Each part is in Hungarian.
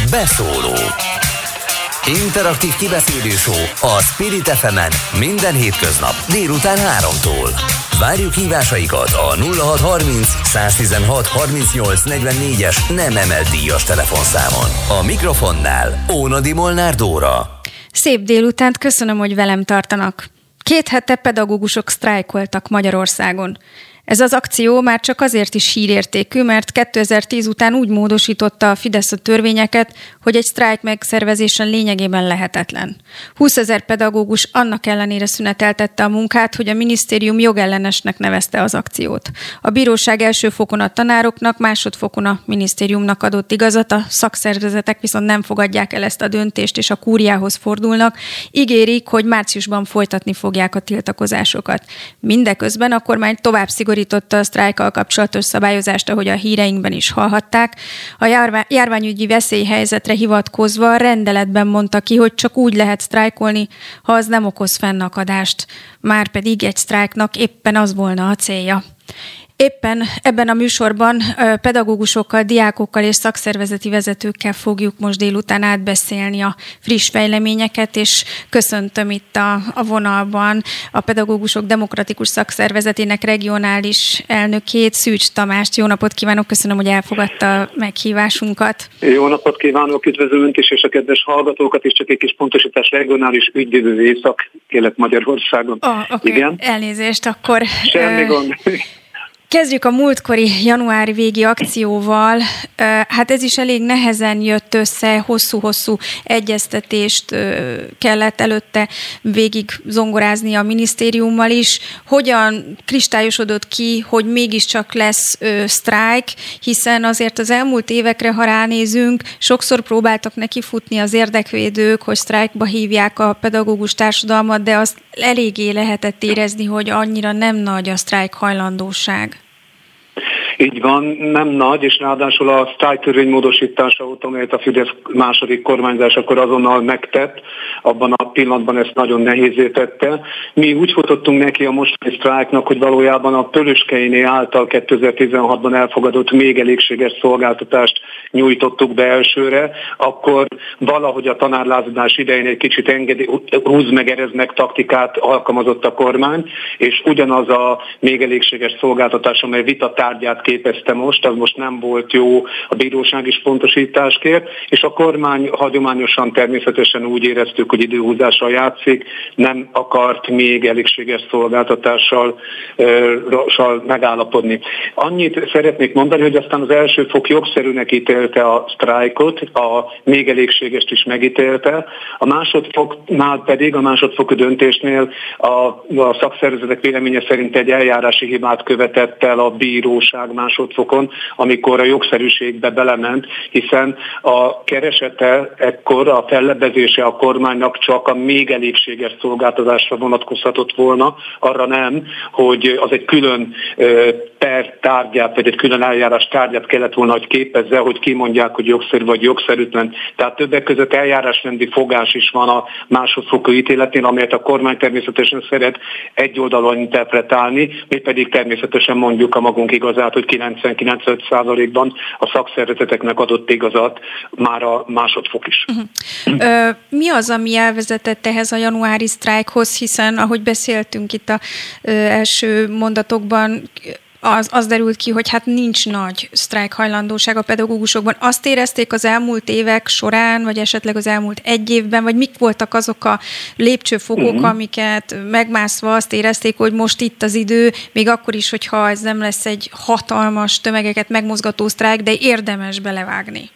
Beszóló. Interaktív kibeszélő show a Spirit FM-en minden hétköznap délután 3-tól. Várjuk hívásaikat a 0630 116 38 44-es nem emelt díjas telefonszámon. A mikrofonnál Ónodi Molnár Dóra. Szép délutánt, köszönöm, hogy velem tartanak. 2 hete pedagógusok sztrájkoltak Magyarországon. Ez az akció már csak azért is hírértékű, mert 2010 után úgy módosította a Fidesz a törvényeket, hogy egy sztrájk megszervezése lényegében lehetetlen. 20 000 pedagógus annak ellenére szüneteltette a munkát, hogy a minisztérium jogellenesnek nevezte az akciót. A bíróság első fokon a tanároknak, másodfokon a minisztériumnak adott igazat, a szakszervezetek viszont nem fogadják el ezt a döntést, és a kúriához fordulnak. Ígérik, hogy márciusban folytatni fogják a tiltakozásokat. Mindeközben a kormány tovább szigorította a sztrájkkal kapcsolatos szabályozást, ahogy a híreinkben is hallhatták. A járványügyi veszélyhelyzetre hivatkozva rendeletben mondta ki, hogy csak úgy lehet sztrájkolni, ha az nem okoz fennakadást. Márpedig egy sztrájknak éppen az volna a célja. Éppen ebben a műsorban pedagógusokkal, diákokkal és szakszervezeti vezetőkkel fogjuk most délután átbeszélni a friss fejleményeket, és köszöntöm itt a vonalban a Pedagógusok Demokratikus Szakszervezetének regionális elnökét, Szűcs Tamást. Jó napot kívánok, köszönöm, hogy elfogadta a meghívásunkat. Jó napot kívánok, üdvözlöm Önt is, és a kedves hallgatókat is, csak egy kis pontosítás, regionális ügyvédő Észak-Kelet-Magyarországon. Okay. Igen? Elnézést, akkor... Semmi gond. Kezdjük a múltkori januári végi akcióval. Hát ez is elég nehezen jött össze, hosszú-hosszú egyeztetést kellett előtte végig zongorázni a minisztériummal is. Hogyan kristályosodott ki, hogy mégiscsak lesz sztrájk, hiszen azért az elmúlt évekre, ha ránézünk, sokszor próbáltak nekifutni az érdekvédők, hogy sztrájkba hívják a pedagógus társadalmat, de azt eléggé lehetett érezni, hogy annyira nem nagy a sztrájk hajlandóság. Így van, nem nagy, és ráadásul a sztrájktörvény módosítása óta, amelyet a Fidesz második kormányzásakor azonnal megtett, abban a pillanatban ezt nagyon nehézé tette. Mi úgy futottunk neki a mostani sztrájknak, hogy valójában a Pölöskeiné által 2016-ban elfogadott még elégséges szolgáltatást nyújtottuk be elsőre, akkor valahogy a tanárlázadás idején egy kicsit húz meg, erez meg taktikát alkalmazott a kormány, és ugyanaz a még elégséges szolgáltatás, amely vita tárgyát képezte most, az most nem volt jó, a bíróság is pontosítást kért, és a kormány hagyományosan természetesen úgy éreztük, hogy időhúzással játszik, nem akart még elégséges szolgáltatással megállapodni. Annyit szeretnék mondani, hogy aztán az első fok jogszerűnek ítélte a sztrájkot, a még elégségest is megítélte, a másodfoknál pedig, a másodfokú döntésnél a szakszervezetek véleménye szerint egy eljárási hibát követett el a bíróság másodfokon, amikor a jogszerűségbe belement, hiszen a keresete ekkor, a fellebbezése a kormánynak csak a még elégséges szolgáltatásra vonatkozhatott volna, arra nem, hogy az egy külön per tárgyát, vagy egy külön eljárás tárgyát kellett volna, hogy képezze, hogy kimondják, hogy jogszerű vagy jogszerűtlen. Tehát többek között eljárásrendi fogás is van a másodfokú ítéletén, amelyet a kormány természetesen szeret egy oldalon interpretálni, mi pedig természetesen mondjuk a magunk igazát, hogy 99%-ban a szakszervezeteknek adott igazat már a másodfok is. Mi az, ami elvezetett ehhez a januári sztrájkhoz, hiszen ahogy beszéltünk itt az első mondatokban, az derült ki, hogy hát nincs nagy sztrájkhajlandóság a pedagógusokban. Azt érezték az elmúlt évek során, vagy esetleg az elmúlt egy évben, vagy mik voltak azok a lépcsőfokok, amiket megmászva azt érezték, hogy most itt az idő, még akkor is, hogyha ez nem lesz egy hatalmas tömegeket megmozgató sztrájk, de érdemes belevágni.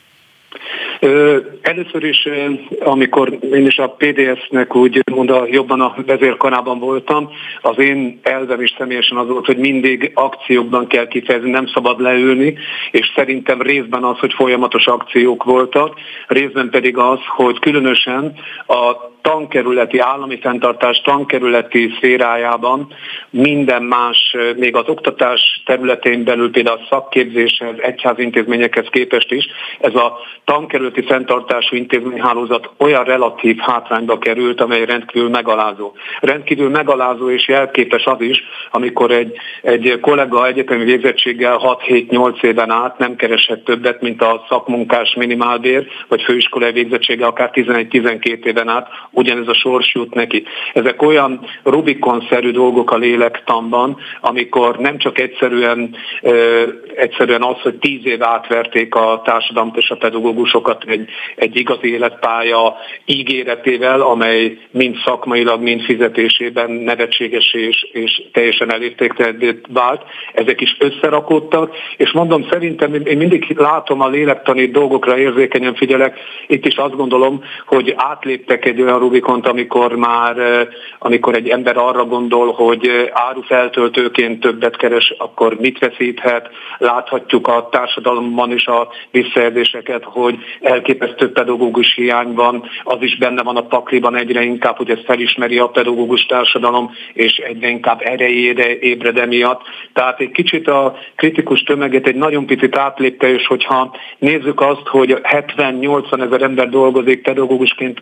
Először is, amikor én is a PDS-nek jobban a vezérkarában voltam, az én elvem is személyesen az volt, hogy mindig akciókban kell kifejezni, nem szabad leülni, és szerintem részben az, hogy folyamatos akciók voltak, részben pedig az, hogy különösen a tankerületi, állami fenntartás tankerületi szférájában minden más, még az oktatás területén belül, például a szakképzéshez, egyházi intézményekhez képest is, ez a tankerületi fenntartású intézményhálózat olyan relatív hátrányba került, amely rendkívül megalázó. Rendkívül megalázó és jelképes az is, amikor egy kollega egyetemi végzettséggel 6-7-8 éven át nem keresett többet, mint a szakmunkás minimálbér, vagy főiskolai végzettséggel akár 11-12 éven át, ugyanez a sors jut neki. Ezek olyan Rubikon-szerű dolgok a lélektanban, amikor nem csak egyszerűen az, hogy 10 év átverték a társadalmat és a pedagógusokat egy igazi életpálya ígéretével, amely mind szakmailag, mind fizetésében nevetséges és teljesen elértéktelené vált. Ezek is összerakódtak, és mondom, szerintem én mindig látom a lélektani dolgokra, érzékenyen figyelek, itt is azt gondolom, hogy átléptek egy olyan Rubikont, amikor egy ember arra gondol, hogy árufeltöltőként többet keres, akkor mit veszíthet. Láthatjuk a társadalomban is a visszajelzéseket, hogy elképesztő pedagógus hiány van, az is benne van a pakliban egyre inkább, hogy ezt felismeri a pedagógus társadalom, és egyre inkább erejére ébred emiatt. Tehát egy kicsit a kritikus tömeget egy nagyon picit átlépte, és hogyha nézzük azt, hogy 70-80 ezer ember dolgozik pedagógusként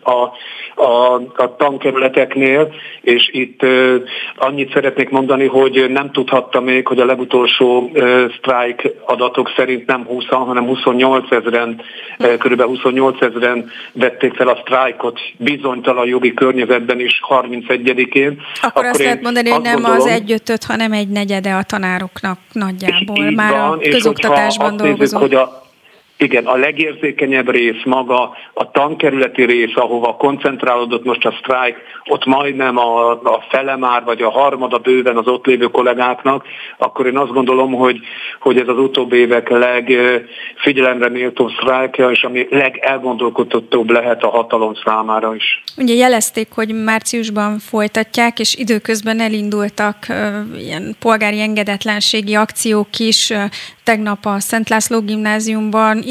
a tankerületeknél, és itt annyit szeretnék mondani, hogy nem tudhatta még, hogy a legutolsó sztrájk adatok szerint nem 20, hanem 28 ezeren, kb. 28 ezeren vették fel a sztrájkot bizonytalan jogi környezetben is 31-én. Akkor azt lehet mondani, hogy nem gondolom, az 1/5, hanem 1/4 a tanároknak nagyjából. Már van, a közoktatásban dolgozók. Igen, a legérzékenyebb rész maga, a tankerületi rész, ahova koncentrálódott most a sztrájk, ott majdnem a fele már, vagy a harmada bőven az ott lévő kollégáknak, akkor én azt gondolom, hogy ez az utóbbi évek legfigyelemre méltóbb sztrájkja, és ami legelgondolkodtatóbb lehet a hatalom számára is. Ugye jelezték, hogy márciusban folytatják, és időközben elindultak ilyen polgári engedetlenségi akciók is, tegnap a Szent László gimnáziumban,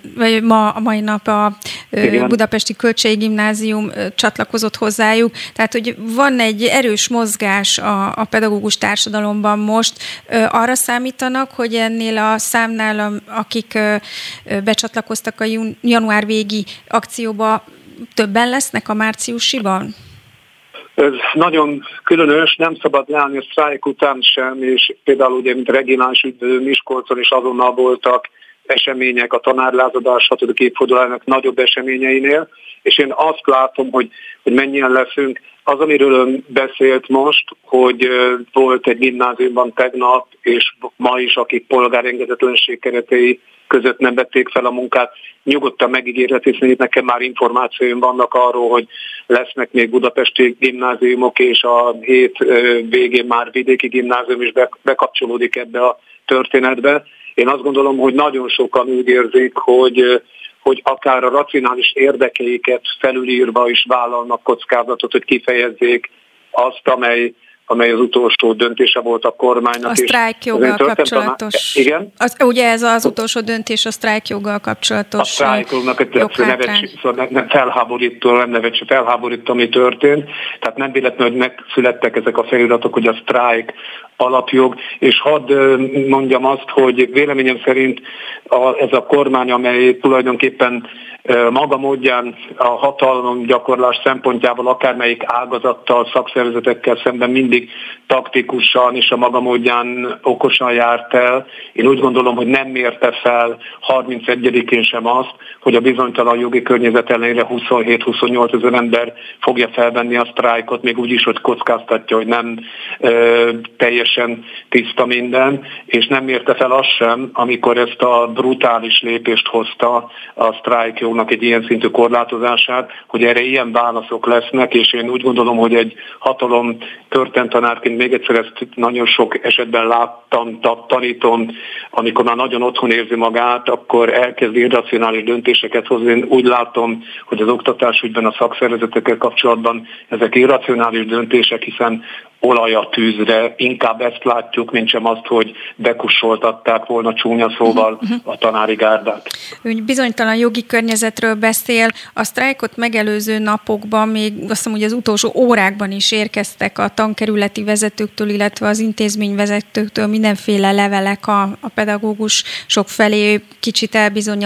a mai nap a Budapesti Kölcsei Gimnázium csatlakozott hozzájuk. Tehát, hogy van egy erős mozgás a pedagógus társadalomban most. Arra számítanak, hogy ennél a számnál, akik becsatlakoztak a január végi akcióba, többen lesznek a márciusiban? Ez nagyon különös, nem szabad leállni a sztrájk után sem, és például ugye, mint regionális ügy Miskolcon is azonnal voltak események, a tanárlázadás 6. évfordulának nagyobb eseményeinél, és én azt látom, hogy mennyien leszünk. Az, amiről ön beszélt most, hogy volt egy gimnáziumban tegnap, és ma is, akik polgárengedhetetlenség keretei között nem vették fel a munkát, nyugodtan megígérhet, hiszen nekem már információim vannak arról, hogy lesznek még budapesti gimnáziumok, és a hét végén már vidéki gimnázium is bekapcsolódik ebbe a történetbe. Én azt gondolom, hogy nagyon sokan úgy érzik, hogy akár a racionális érdekeiket felülírva is vállalnak kockázatot, hogy kifejezzék azt, amely az utolsó döntése volt a kormánynak. A sztrájkjoggal kapcsolatos. Igen? Ugye ez az utolsó döntés a sztrájkjoggal kapcsolatos. A sztrájkjognak felháborító, ami történt. Tehát nem véletlenül, hogy megszülettek ezek a feliratok, hogy a sztrájk alapjog, és hadd mondjam azt, hogy véleményem szerint ez a kormány, amely tulajdonképpen maga módján a hatalomgyakorlás szempontjából akármelyik ágazattal, szakszervezetekkel szemben mindig taktikusan és a maga módján okosan járt el. Én úgy gondolom, hogy nem mérte fel 31-én sem azt, hogy a bizonytalan jogi környezet ellenére 27-28 ezer ember fogja felvenni a sztrájkot, még úgy is, hogy kockáztatja, hogy nem teljesen tiszta minden, és nem mérte fel azt sem, amikor ezt a brutális lépést hozta a sztrájkjognak egy ilyen szintű korlátozását, hogy erre ilyen válaszok lesznek, és én úgy gondolom, hogy egy hatalom történetanárként még egyszer ezt nagyon sok esetben láttam, tanítom, amikor már nagyon otthon érzi magát, akkor elkezd irracionális döntéseket hozni. Én úgy látom, hogy az oktatásügyben, a szakszervezetekkel kapcsolatban ezek irracionális döntések, hiszen olaj a tűzre, inkább ezt látjuk, mint sem azt, hogy bekussoltatták volna csúnya szóval a tanári gárdát. Ön bizonytalan jogi környezetről beszél, a sztrájkot megelőző napokban, még azt hiszem, hogy az utolsó órákban is érkeztek a tankerületi vezetőktől, illetve az intézményvezetőktől mindenféle levelek a pedagógusok felé, kicsit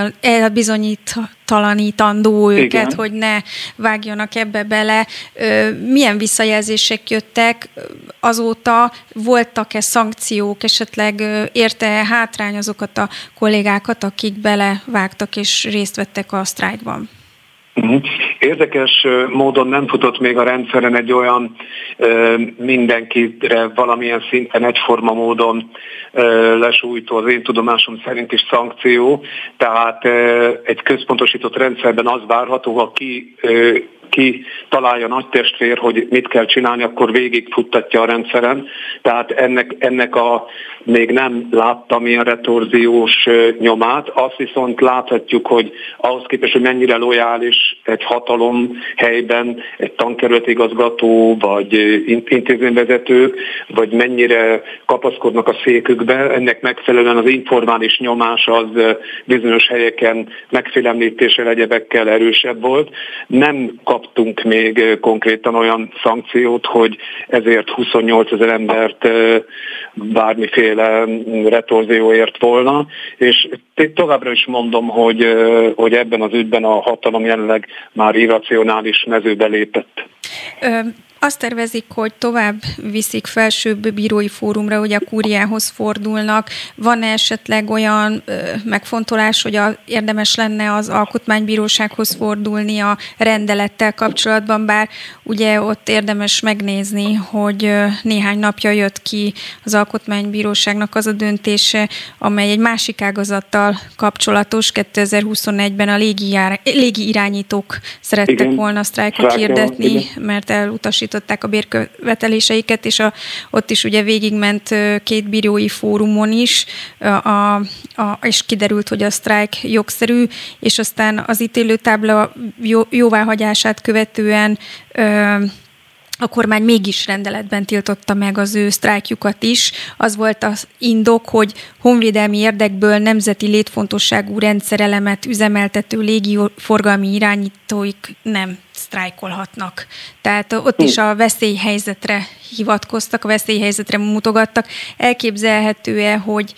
elbizonytalanítandó őket, igen, hogy ne vágjanak ebbe bele. Milyen visszajelzések jöttek azóta? Voltak-e szankciók, esetleg érte hátrány azokat a kollégákat, akik belevágtak és részt vettek a sztrájkban? Érdekes módon nem futott még a rendszeren egy olyan mindenkire valamilyen szinten egyforma módon lesújtó, az én tudomásom szerint is szankció, tehát egy központosított rendszerben az várható, ha ki találja nagy testvér, hogy mit kell csinálni, akkor végigfuttatja a rendszeren. Tehát ennek még nem láttam ilyen retorziós nyomát. Azt viszont láthatjuk, hogy ahhoz képest, hogy mennyire lojális egy hatalom helyben, egy tankerületigazgató, vagy intézményvezetők, vagy mennyire kapaszkodnak a székükbe, ennek megfelelően az informális nyomás az bizonyos helyeken megfélemlítéssel, egyebekkel erősebb volt. Nem kaptunk még konkrétan olyan szankciót, hogy ezért 28 000 embert bármiféle retorzióért volna, és továbbra is mondom, hogy ebben az ügyben a hatalom jelenleg már irracionális mezőbe lépett. Azt tervezik, hogy tovább viszik felsőbb bírói fórumra, hogy a kúriához fordulnak. Van esetleg olyan megfontolás, hogy érdemes lenne az alkotmánybírósághoz fordulni a rendelettel kapcsolatban, bár ugye ott érdemes megnézni, hogy néhány napja jött ki az alkotmánybíróságnak az a döntése, amely egy másik ágazattal kapcsolatos. 2021-ben a légi irányítók szerettek volna sztrájkot hirdetni, mert elutasították a bérköveteléseiket, és ott is ugye végigment két bírói fórumon is, és kiderült, hogy a sztrájk jogszerű, és aztán az ítélőtábla jóváhagyását követően a kormány mégis rendeletben tiltotta meg az ő sztrájkjukat is. Az volt az indok, hogy honvédelmi érdekből nemzeti létfontosságú rendszerelemet üzemeltető légiforgalmi irányítóik nem sztrájkolhatnak. Tehát ott is a veszélyhelyzetre hivatkoztak, a veszélyhelyzetre mutogattak. Elképzelhető-e, hogy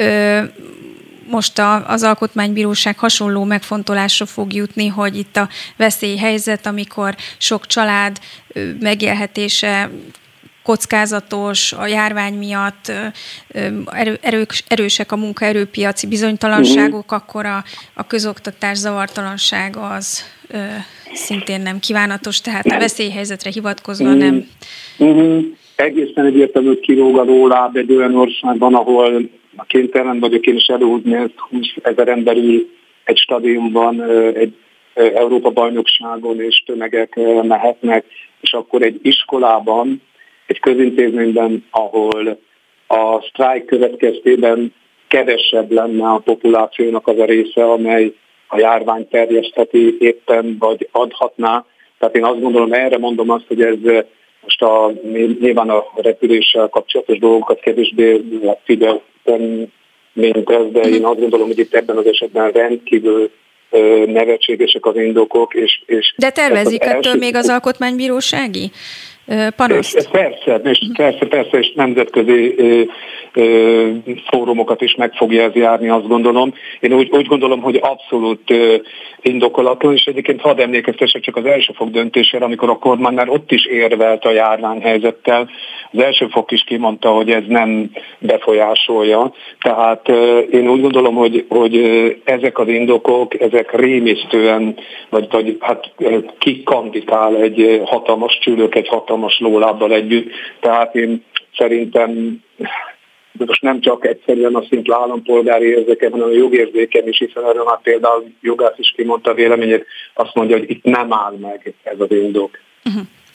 most az Alkotmánybíróság hasonló megfontolásra fog jutni, hogy itt a veszélyhelyzet, amikor sok család megélhetése kockázatos a járvány miatt, erősek a munkaerőpiaci bizonytalanságok, akkor a közoktatás zavartalansága az szintén nem kívánatos, tehát a veszélyhelyzetre hivatkozva nem. Egészen egyértelmű kilóg a róláb egy olyan országban, ahol kénytelen vagyok én is előhúzni ezt, 20 000 emberül egy stadionban, egy Európa-bajnokságon, és tömegek mehetnek, és akkor egy iskolában, egy közintézményben, ahol a sztrájk következtében kevesebb lenne a populációnak az a része, amely a járvány terjesztheti éppen, vagy adhatná. Tehát én azt gondolom, erre mondom azt, hogy ez most nyilván a repüléssel kapcsolatos dolgokat kevésbé figyeltem, mint ez, de én azt gondolom, hogy itt ebben az esetben rendkívül nevetségesek az indokok. És de tervezik ettől még az alkotmánybírósági panaszt? Persze, és nemzetközi fórumokat is meg fogja ez járni, azt gondolom. Én úgy gondolom, hogy abszolút indokolatlan, és egyébként hadd emlékeztessek csak az elsőfok döntésére, amikor a kormány már ott is érvelt a járványhelyzettel. Az elsőfok is kimondta, hogy ez nem befolyásolja. Tehát én úgy gondolom, hogy ezek az indokok, ezek rémisztően, vagy hát ki kandikál egy hatalmas csülök, egy hatalmas lólábbal együtt. Tehát én szerintem most nem csak egyszerűen a szintű állampolgári érzékem, hanem a jogérzékem is, hiszen erről már például jogász is kimondta a véleményét, azt mondja, hogy itt nem áll meg ez az indok. Uh-huh.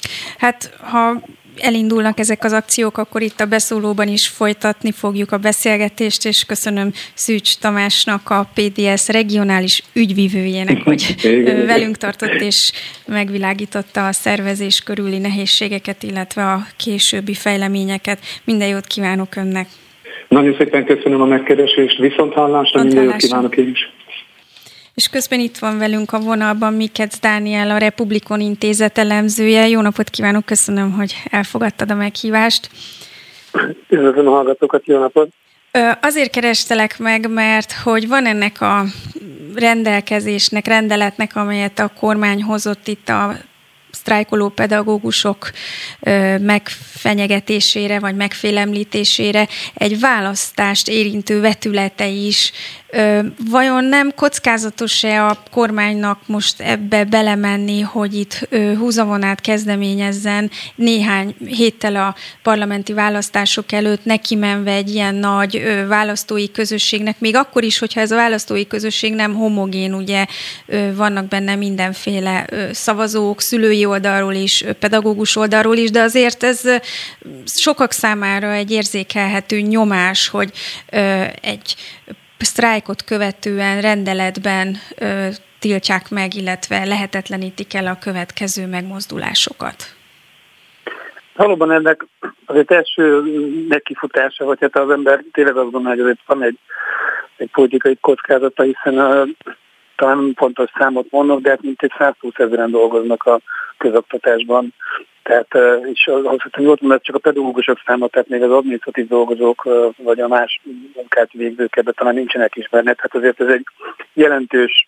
Hát, ha elindulnak ezek az akciók, akkor itt a beszólóban is folytatni fogjuk a beszélgetést, és köszönöm Szűcs Tamásnak, a PDS regionális ügyvivőjének, hogy velünk tartott és megvilágította a szervezés körüli nehézségeket, illetve a későbbi fejleményeket. Minden jót kívánok önnek! Nagyon szépen köszönöm a megkeresést, viszonthallásra, minden jót kívánok én is! És közben itt van velünk a vonalban Mikec Dániel, a Republikon Intézet elemzője. Jó napot kívánok, köszönöm, hogy elfogadtad a meghívást. Üdvözlöm a hallgatókat, jó napot! Azért kerestelek meg, mert hogy van ennek a rendeletnek, amelyet a kormány hozott itt a sztrájkoló pedagógusok megfenyegetésére vagy megfélemlítésére egy választást érintő vetülete is. Vajon nem kockázatos-e a kormánynak most ebbe belemenni, hogy itt húzavonát kezdeményezzen néhány héttel a parlamenti választások előtt, neki menve egy ilyen nagy választói közösségnek, még akkor is, hogyha ez a választói közösség nem homogén, ugye vannak benne mindenféle szavazók, szülői oldalról is, pedagógus oldalról is, de azért ez sokak számára egy érzékelhető nyomás, hogy egy sztrájkot követően rendeletben tiltsák meg, illetve lehetetlenítik el a következő megmozdulásokat. Valóban ennek azért első nekifutása, hogy hát az ember tényleg azt gondolja, hogy azért van egy politikai kockázata, hiszen talán pontos számot mondok, de hát mintegy 120 000 dolgoznak a közoktatásban. Tehát, és azt hiszem, jól mondom, csak a pedagógusok száma, tehát még az adminisztratív dolgozók, vagy a más munkát végzők ebben talán nincsenek is benne. Tehát azért ez egy jelentős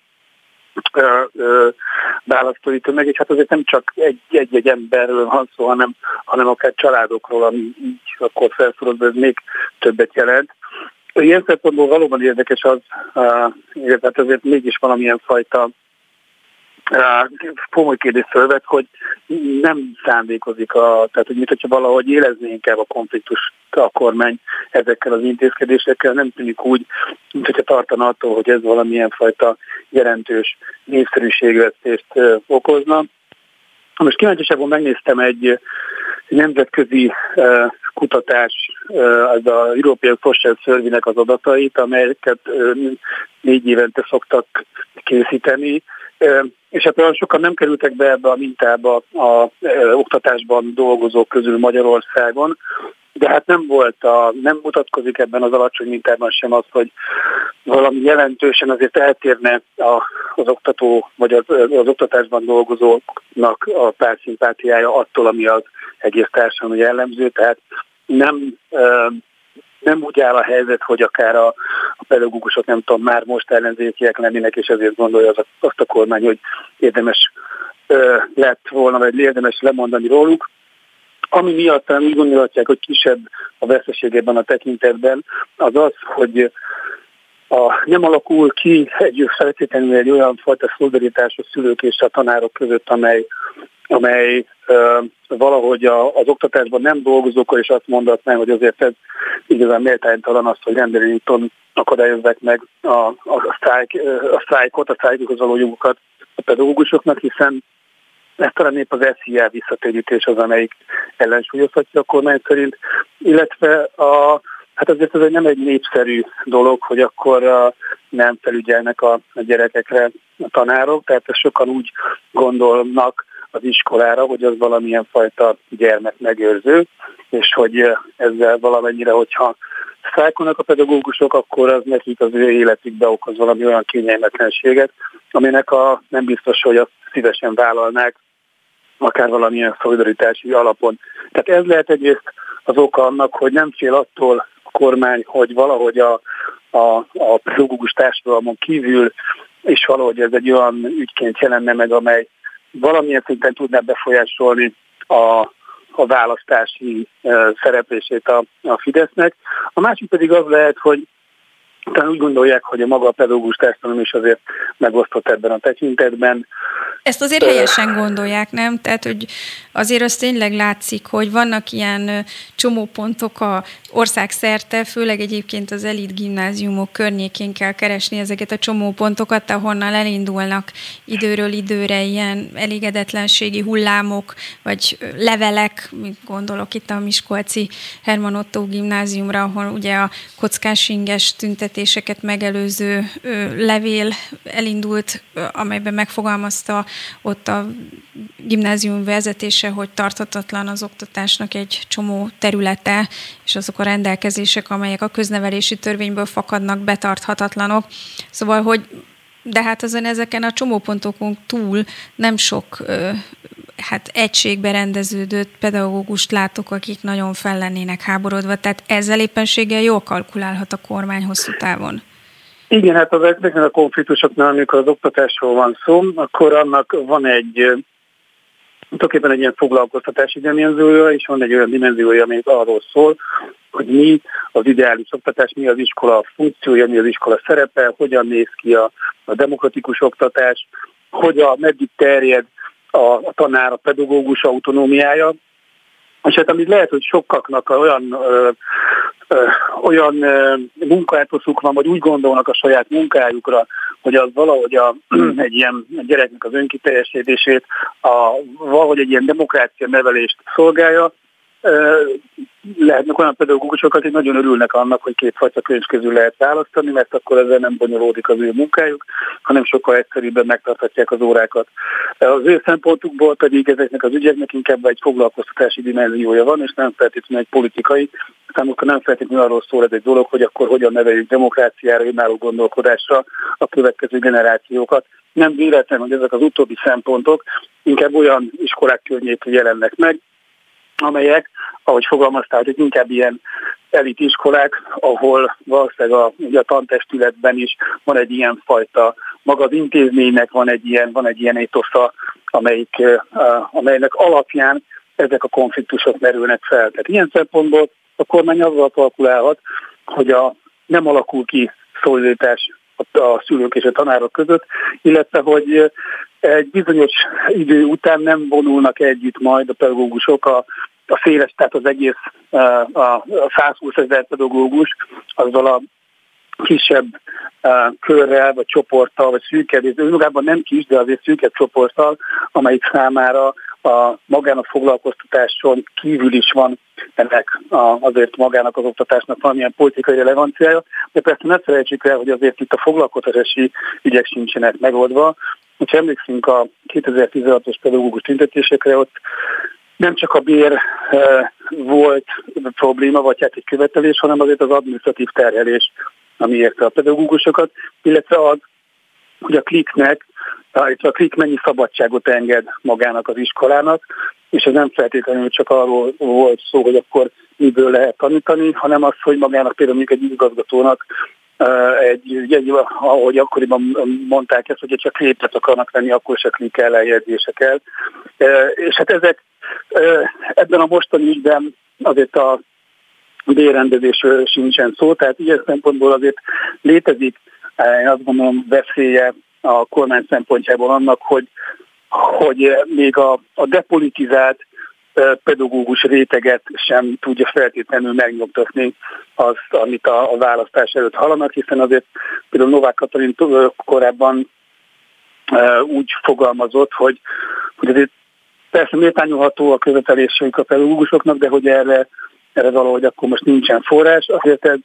választói tömeg, és hát azért nem csak egy emberről van szó, hanem akár családokról, ami így akkor felszólott, ez még többet jelent. Ilyen szempontból valóban érdekes az, tehát azért mégis valamilyen fajta komoly kérdés fölvet, hogy nem szándékozik, tehát hogy mintha valahogy érezné inkább a konfliktust a kormány ezekkel az intézkedésekkel, nem tűnik úgy, mintha tartana attól, hogy ez valamilyen fajta jelentős népszerűségvesztést okozna. Most kíváncsiságban megnéztem egy nemzetközi kutatás, az a European Social Survey-nek az adatait, amelyeket 4 évente szoktak készíteni, és hát olyan sokan nem kerültek be ebbe a mintába az oktatásban dolgozók közül Magyarországon, de hát nem mutatkozik ebben az alacsony mintában sem az, hogy valami jelentősen azért eltérne az oktató, vagy az oktatásban dolgozóknak a pártszimpátiája attól, ami az egész társadalom jellemző, tehát nem úgy áll a helyzet, hogy akár a pedagógusok nem tudom, már most ellenzékiek lennének, és ezért gondolja azt a kormány, hogy érdemes lett volna, vagy érdemes lemondani róluk. Ami miatt úgy gondolhatják, hogy kisebb a veszteség ebben a tekintetben, az az, hogy nem alakul ki feltétlenül egy olyan fajta szolidaritás a szülők és a tanárok között, amely valahogy az oktatásban nem dolgozókkal is azt mondatná, hogy azért ez igazán méltánytalan az, hogy rendelő úton akadályozzák meg a sztrájkot, a sztrájkokhoz való jogukat a pedagógusoknak, hiszen ez talán épp az SZIA visszatérítés az, amelyik ellensúlyozhatja a kormány szerint, illetve hát azért ez nem egy népszerű dolog, hogy akkor nem felügyelnek a gyerekekre a tanárok, tehát ezt sokan úgy gondolnak az iskolára, hogy az valamilyen fajta gyermekmegőrző, és hogy ezzel valamennyire, hogyha sztrájkolnak a pedagógusok, akkor az nekik az ő életükbe okoz valami olyan kényelmetlenséget, aminek nem biztos, hogy azt szívesen vállalnák, akár valamilyen szolidaritási alapon. Tehát ez lehet egyrészt az oka annak, hogy nem fél attól a kormány, hogy valahogy a pedagógus társadalmon kívül, és valahogy ez egy olyan ügyként jelenne meg, amely valamilyen szinten tudná befolyásolni a választási szereplését a Fidesznek. A másik pedig az lehet, hogy talán úgy gondolják, hogy a maga a pedagógus társadalom is azért megosztott ebben a tekintetben. Ezt azért helyesen gondolják, nem? Tehát, hogy azért az tényleg látszik, hogy vannak ilyen csomópontok a országszerte, főleg egyébként az elit gimnáziumok környékén kell keresni ezeket a csomópontokat, ahonnan elindulnak időről időre ilyen elégedetlenségi hullámok, vagy levelek, gondolok itt a miskolci Herman Ottó gimnáziumra, ahol ugye a kockás-inges tüntetéseket megelőző levél elindult, amelyben megfogalmazta ott a gimnázium vezetése, hogy tarthatatlan az oktatásnak egy csomó területe, és azok a rendelkezések, amelyek a köznevelési törvényből fakadnak, betarthatatlanok. Szóval, hogy de hát azon ezeken a csomópontokon túl nem sok egységbe rendeződött pedagógust látok, akik nagyon fel lennének háborodva, tehát ezzel éppenséggel jól kalkulálhat a kormány hosszú távon. Igen, hát ezeknek a konfliktusoknál, amikor az oktatásról van szó, akkor annak van tulajdonképpen egy ilyen foglalkoztatási dimenziója, és van egy olyan dimenziója, ami arról szól, hogy mi az ideális oktatás, mi az iskola funkciója, mi az iskola szerepe, hogyan néz ki a demokratikus oktatás, meddig terjed a tanár, a pedagógus autonómiája. És hát amit lehet, hogy sokaknak olyan munkaetoszuk van, vagy úgy gondolnak a saját munkájukra, hogy az valahogy egy ilyen gyereknek az önkiteljesítését, valahogy egy ilyen demokrácia nevelést szolgálja. Lehetnek olyan pedagógusok, akik nagyon örülnek annak, hogy kétfajta könyv közül lehet választani, mert akkor ezzel nem bonyolódik az ő munkájuk, hanem sokkal egyszerűbben megtarthatják az órákat. Az ő szempontukból pedig ezeknek az ügyeknek inkább egy foglalkoztatási dimenziója van, és nem feltétlenül egy politikai, számukra nem feltétlenül arról szól ez egy dolog, hogy akkor hogyan neveljük demokráciára, önálló gondolkodásra a következő generációkat. Nem véletlen, hogy ezek az utóbbi szempontok inkább olyan iskolák környékén jelennek meg, amelyek, ahogy fogalmaztál, hogy inkább ilyen elitiskolák, ahol valószínűleg a tantestületben is van egy ilyen fajta, maga az intézménynek van egy ilyen étosza, amelynek alapján ezek a konfliktusok merülnek fel. Tehát ilyen szempontból a kormány azzal kalkulálhat, hogy nem alakul ki szolidaritás a szülők és a tanárok között, illetve hogy egy bizonyos idő után nem vonulnak együtt majd a pedagógusok, a széles, tehát az egész a 120 000 pedagógus azzal a kisebb körrel, vagy csoporttal, vagy szűkebb, önmagában nem kis, de azért szűkebb csoporttal, amelyik számára magán a foglalkoztatáson kívül is van ennek azért magának az oktatásnak valamilyen politikai relevanciája, de persze ne felejtsük el, hogy azért itt a foglalkoztatási ügyek sincsenek megoldva. Ha emlékszünk a 2016-os pedagógus tüntetésekre, ott nem csak a bér volt probléma, vagy hát egy követelés, hanem azért az adminisztratív terhelés, ami érte a pedagógusokat, illetve az, hogy a klik mennyi szabadságot enged magának az iskolának, és ez nem feltétlenül csak arról volt szó, hogy akkor miből lehet tanítani, hanem az, hogy magának például egy igazgatónak ahogy akkoriban mondták ezt, hogy csak klipet akarnak venni, akkor se klik el, eljegyzése kell. És hát ezek ebben a mostani ügyben azért a bérrendezésről sincsen szó, tehát ilyen szempontból azért létezik, én azt gondolom, veszélye a kormány szempontjából annak, hogy még a depolitizált pedagógus réteget sem tudja feltétlenül megnyugtatni azt, amit a választás előtt hallanak, hiszen azért például Novák Katalin korábban úgy fogalmazott, hogy azért persze méltányolható a követelésünk a pedagógusoknak, de hogy erre valahogy akkor most nincsen forrás, azért ez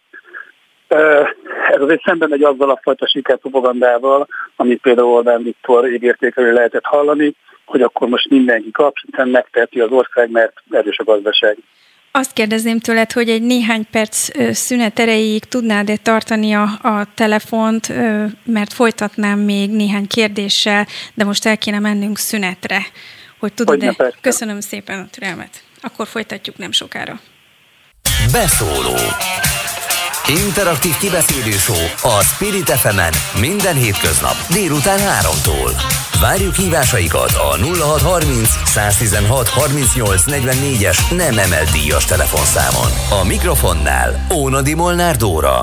azért szemben megy azzal a fajta sikerpropagandával, amit például Orbán Viktor ígértékelő lehetett hallani, hogy akkor most mindenki kap, hiszen megteheti az ország, mert erős a gazdaság. Azt kérdezném tőled, hogy egy néhány perc szünet erejéig tudnád-e tartani a telefont, mert folytatnám még néhány kérdéssel, de most el kéne mennünk szünetre. Hogy tudod-e? Köszönöm szépen a türelmet. Akkor folytatjuk nem sokára. Beszóló. Interaktív kibeszélő show a Spirit FM-en minden hétköznap délután 3-tól. Várjuk hívásaikat a 0630 116 38 44-es nem emelt díjas telefonszámon. A mikrofonnál Ónodi Molnár Dóra.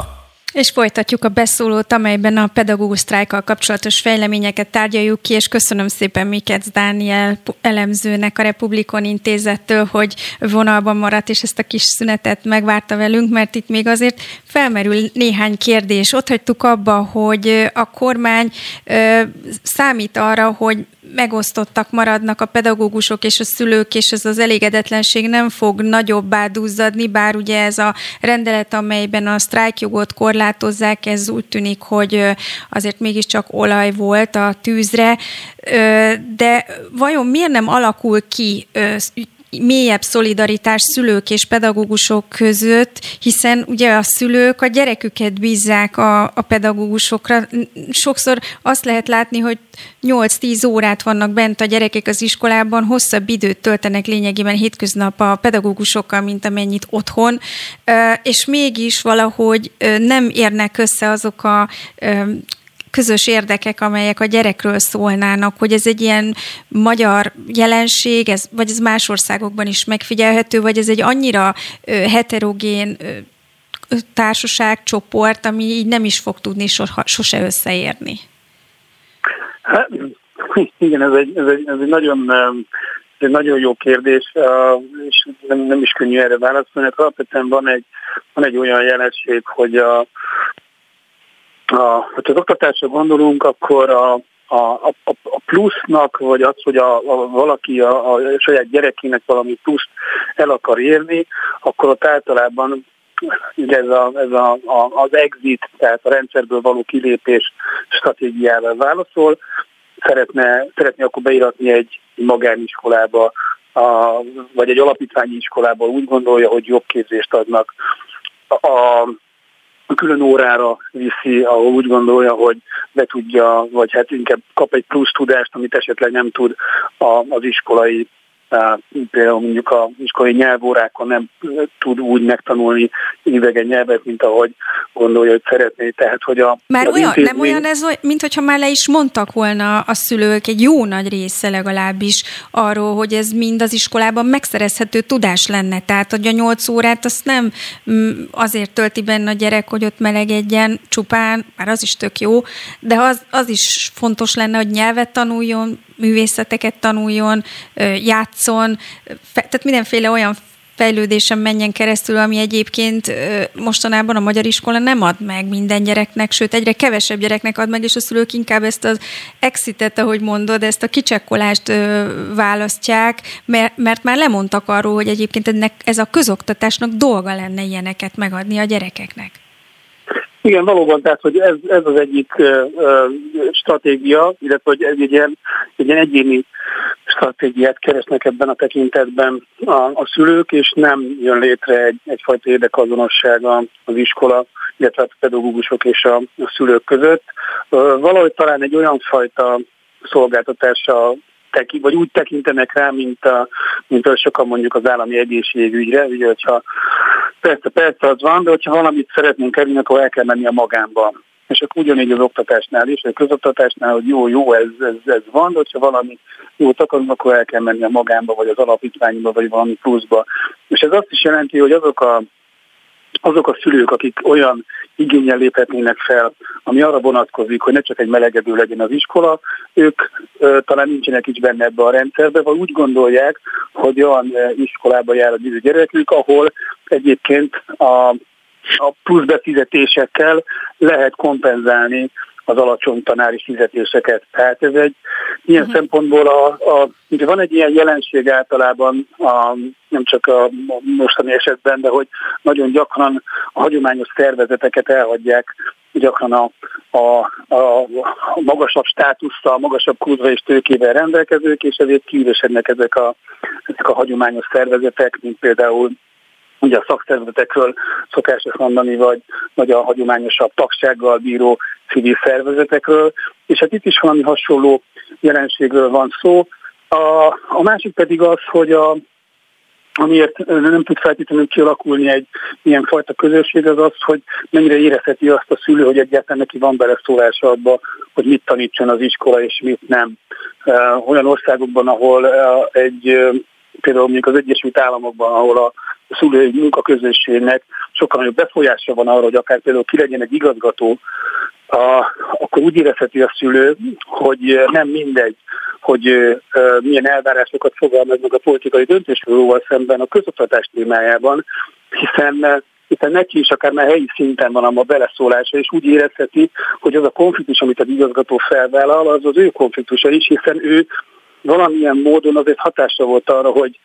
És folytatjuk a beszólót, amelyben a pedagógus sztrájkkal kapcsolatos fejleményeket tárgyaljuk ki, és köszönöm szépen Mikec Dániel elemzőnek a Republikon Intézettől, hogy vonalban maradt, és ezt a kis szünetet megvárta velünk, mert itt még azért felmerül néhány kérdés. Ott hagytuk abba, hogy a kormány számít arra, hogy megosztottak maradnak a pedagógusok és a szülők, és ez az elégedetlenség nem fog nagyobbá duzzadni, bár ugye ez a rendelet, amelyben a sztrájkjogot korlátozzák, ez úgy tűnik, hogy azért mégiscsak olaj volt a tűzre, de vajon miért nem alakul ki mélyebb szolidaritás szülők és pedagógusok között, hiszen ugye a szülők a gyereküket bízzák a pedagógusokra. Sokszor azt lehet látni, hogy 8-10 órát vannak bent a gyerekek az iskolában, hosszabb időt töltenek lényegében hétköznap a pedagógusokkal, mint amennyit otthon, és mégis valahogy nem érnek össze azok a közös érdekek, amelyek a gyerekről szólnának, hogy ez egy ilyen magyar jelenség, vagy ez más országokban is megfigyelhető, vagy ez egy annyira heterogén társaság, csoport, ami így nem is fog tudni sose összeérni. Hát, igen, ez egy nagyon jó kérdés, és nem is könnyű erre válaszolni. Alapvetően van egy olyan jelenség, hogy ha az oktatásra gondolunk, akkor a plusznak, vagy az, hogy valaki a saját gyerekének valami pluszt el akar érni, akkor ott általában ugye az exit, tehát a rendszerből való kilépés stratégiával válaszol, szeretné akkor beiratni egy magániskolába, vagy egy alapítványi iskolába, úgy gondolja, hogy jobb képzést adnak. A külön órára viszi, ahol úgy gondolja, hogy be tudja, vagy hát inkább kap egy plusz tudást, amit esetleg nem tud az iskolai, például mondjuk az iskolai nyelvórákon nem tud úgy megtanulni idegen nyelvet, mint ahogy gondolja, hogy szeretné. Tehát, hogy már olyan, nem olyan ez, mint hogyha már le is mondtak volna a szülők egy jó nagy része legalábbis arról, hogy ez mind az iskolában megszerezhető tudás lenne. Tehát, hogy a 8 órát azt nem azért tölti benne a gyerek, hogy ott melegedjen csupán, már az is tök jó, de az is fontos lenne, hogy nyelvet tanuljon, művészeteket tanuljon, játszon, tehát mindenféle olyan fejlődésen menjen keresztül, ami egyébként mostanában a magyar iskola nem ad meg minden gyereknek, sőt egyre kevesebb gyereknek ad meg, és a szülők inkább ezt az exitet, ahogy mondod, ezt a kicsekkolást választják, mert már lemondtak arról, hogy egyébként ez a közoktatásnak dolga lenne ilyeneket megadni a gyerekeknek. Igen, valóban, tehát, hogy ez az egyik stratégia, illetve hogy ez egy ilyen egyéni stratégiát keresnek ebben a tekintetben a szülők, és nem jön létre egyfajta érdekazonosság az iskola, illetve a pedagógusok és a szülők között. Valahogy talán egy olyan fajta szolgáltatása vagy úgy tekintenek rá, mint sokan mondjuk az állami egészségügyre, ugye, hogyha persze az van, de hogyha valamit szeretnénk elvinni, akkor el kell menni a magánba. És akkor ugyanígy az oktatásnál is, vagy a közoktatásnál, hogy jó, ez van, de hogyha valami jót akarunk, akkor el kell menni a magánba, vagy az alapítványba, vagy valami pluszba. És ez azt is jelenti, hogy azok a szülők, akik olyan igénnyel léphetnének fel, ami arra vonatkozik, hogy ne csak egy melegedő legyen az iskola, ők talán nincsenek is benne ebbe a rendszerbe, vagy úgy gondolják, hogy olyan iskolába jár a gyerekük, ahol egyébként a plusz befizetésekkel lehet kompenzálni az alacsony tanári fizetéseket. Tehát ez egy ilyen szempontból ugye van egy ilyen jelenség általában, nem csak a mostani esetben, de hogy nagyon gyakran a hagyományos szervezeteket elhagyják, gyakran a magasabb státusszal, a magasabb kurzva és tőkével rendelkezők, és ezért kiüresednek ezek a hagyományos szervezetek, mint például ugye a szakszervezetekről szokásos mondani, vagy a hagyományosabb tagsággal bíró civil szervezetekről, és hát itt is valami hasonló jelenségről van szó. A másik pedig az, hogy amiért nem tud feltétlenül kialakulni egy ilyen fajta közösség, az az, hogy mennyire érezheti azt a szülő, hogy egyáltalán neki van beleszólása abba, hogy mit tanítson az iskola és mit nem. Olyan országokban, ahol például mondjuk az Egyesült Államokban, ahol a szülői munkaközösségnek sokkal nagyobb befolyása van arra, hogy akár például ki legyen egy igazgató, akkor úgy érezheti a szülő, hogy nem mindegy, hogy milyen elvárásokat fogalmaz meg a politikai döntéshozóval szemben a közoktatás témájában, hiszen neki is akár már helyi szinten van a beleszólása, és úgy érezheti, hogy az a konfliktus, amit az igazgató felvállal, az ő konfliktusa is, hiszen ő valamilyen módon azért hatása volt arra, hogy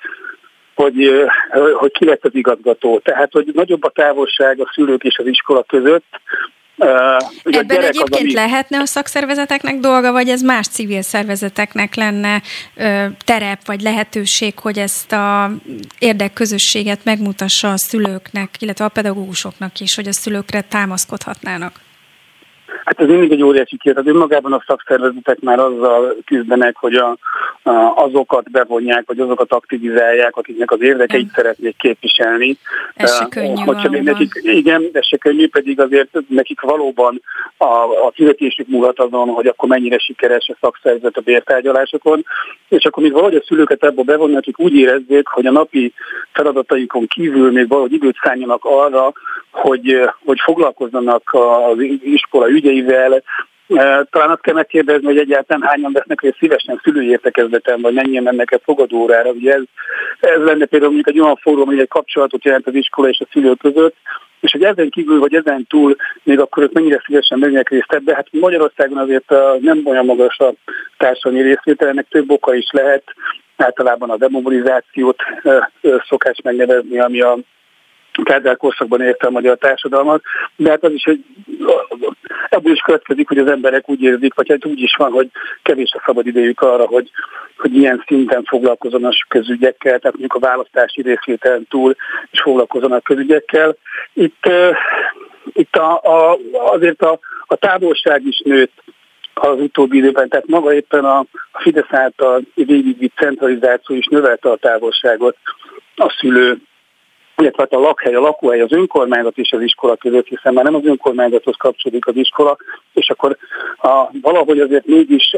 ki lett az igazgató. Tehát, hogy nagyobb a távolság a szülők és az iskola között. Ebben egyébként lehetne a szakszervezeteknek dolga, vagy ez más civil szervezeteknek lenne terep, vagy lehetőség, hogy ezt az érdekközösséget megmutassa a szülőknek, illetve a pedagógusoknak is, hogy a szülőkre támaszkodhatnának? Hát ez mindig egy óriási kérdés. Önmagában a szakszervezetek már azzal küzdenek, hogy azokat bevonják, vagy azokat aktivizálják, akiknek az érdekeit szeretnék képviselni. Ez se könnyű. Igen, ez se könnyű, pedig azért nekik valóban a fizetésük múlhat azon, hogy akkor mennyire sikeres a szakszervezet a bértárgyalásokon, és akkor még valahogy a szülőket ebből bevonni, akik úgy érezzék, hogy a napi feladataikon kívül még valahogy időt szálljanak arra, hogy foglalkozzanak az iskola ügyeivel. Talán azt kell megkérdezni, hogy egyáltalán hányan vesznek részt szívesen szülői értekezleten, vagy mennyien mennek el fogadóórára. Ugye ez lenne például mondjuk egy olyan fórum, hogy egy kapcsolatot jelent az iskola és a szülő között, és hogy ezen kívül vagy ezen túl még akkor ők mennyire szívesen mennek részt ebbe. Hát Magyarországon azért nem olyan magas a társadalmi részvétel, ennek több oka is lehet. Általában a demobilizációt szokás megnevezni, ami a Kádár korszakban érte a magyar társadalmat, de hát az is, hogy ebből is következik, hogy az emberek úgy érzik, vagy hát úgy is van, hogy kevés a szabad idejük arra, hogy ilyen szinten foglalkozzanak közügyekkel, tehát mondjuk a választási részvételen túl is foglalkozzanak közügyekkel. Itt azért a távolság is nőtt az utóbbi időben, tehát maga éppen a Fidesz által végigvitt centralizáció is növelte a távolságot a szülő, illetve a lakóhely, az önkormányzat és az iskola között, hiszen már nem az önkormányzathoz kapcsolódik az iskola, és akkor valahogy azért mégis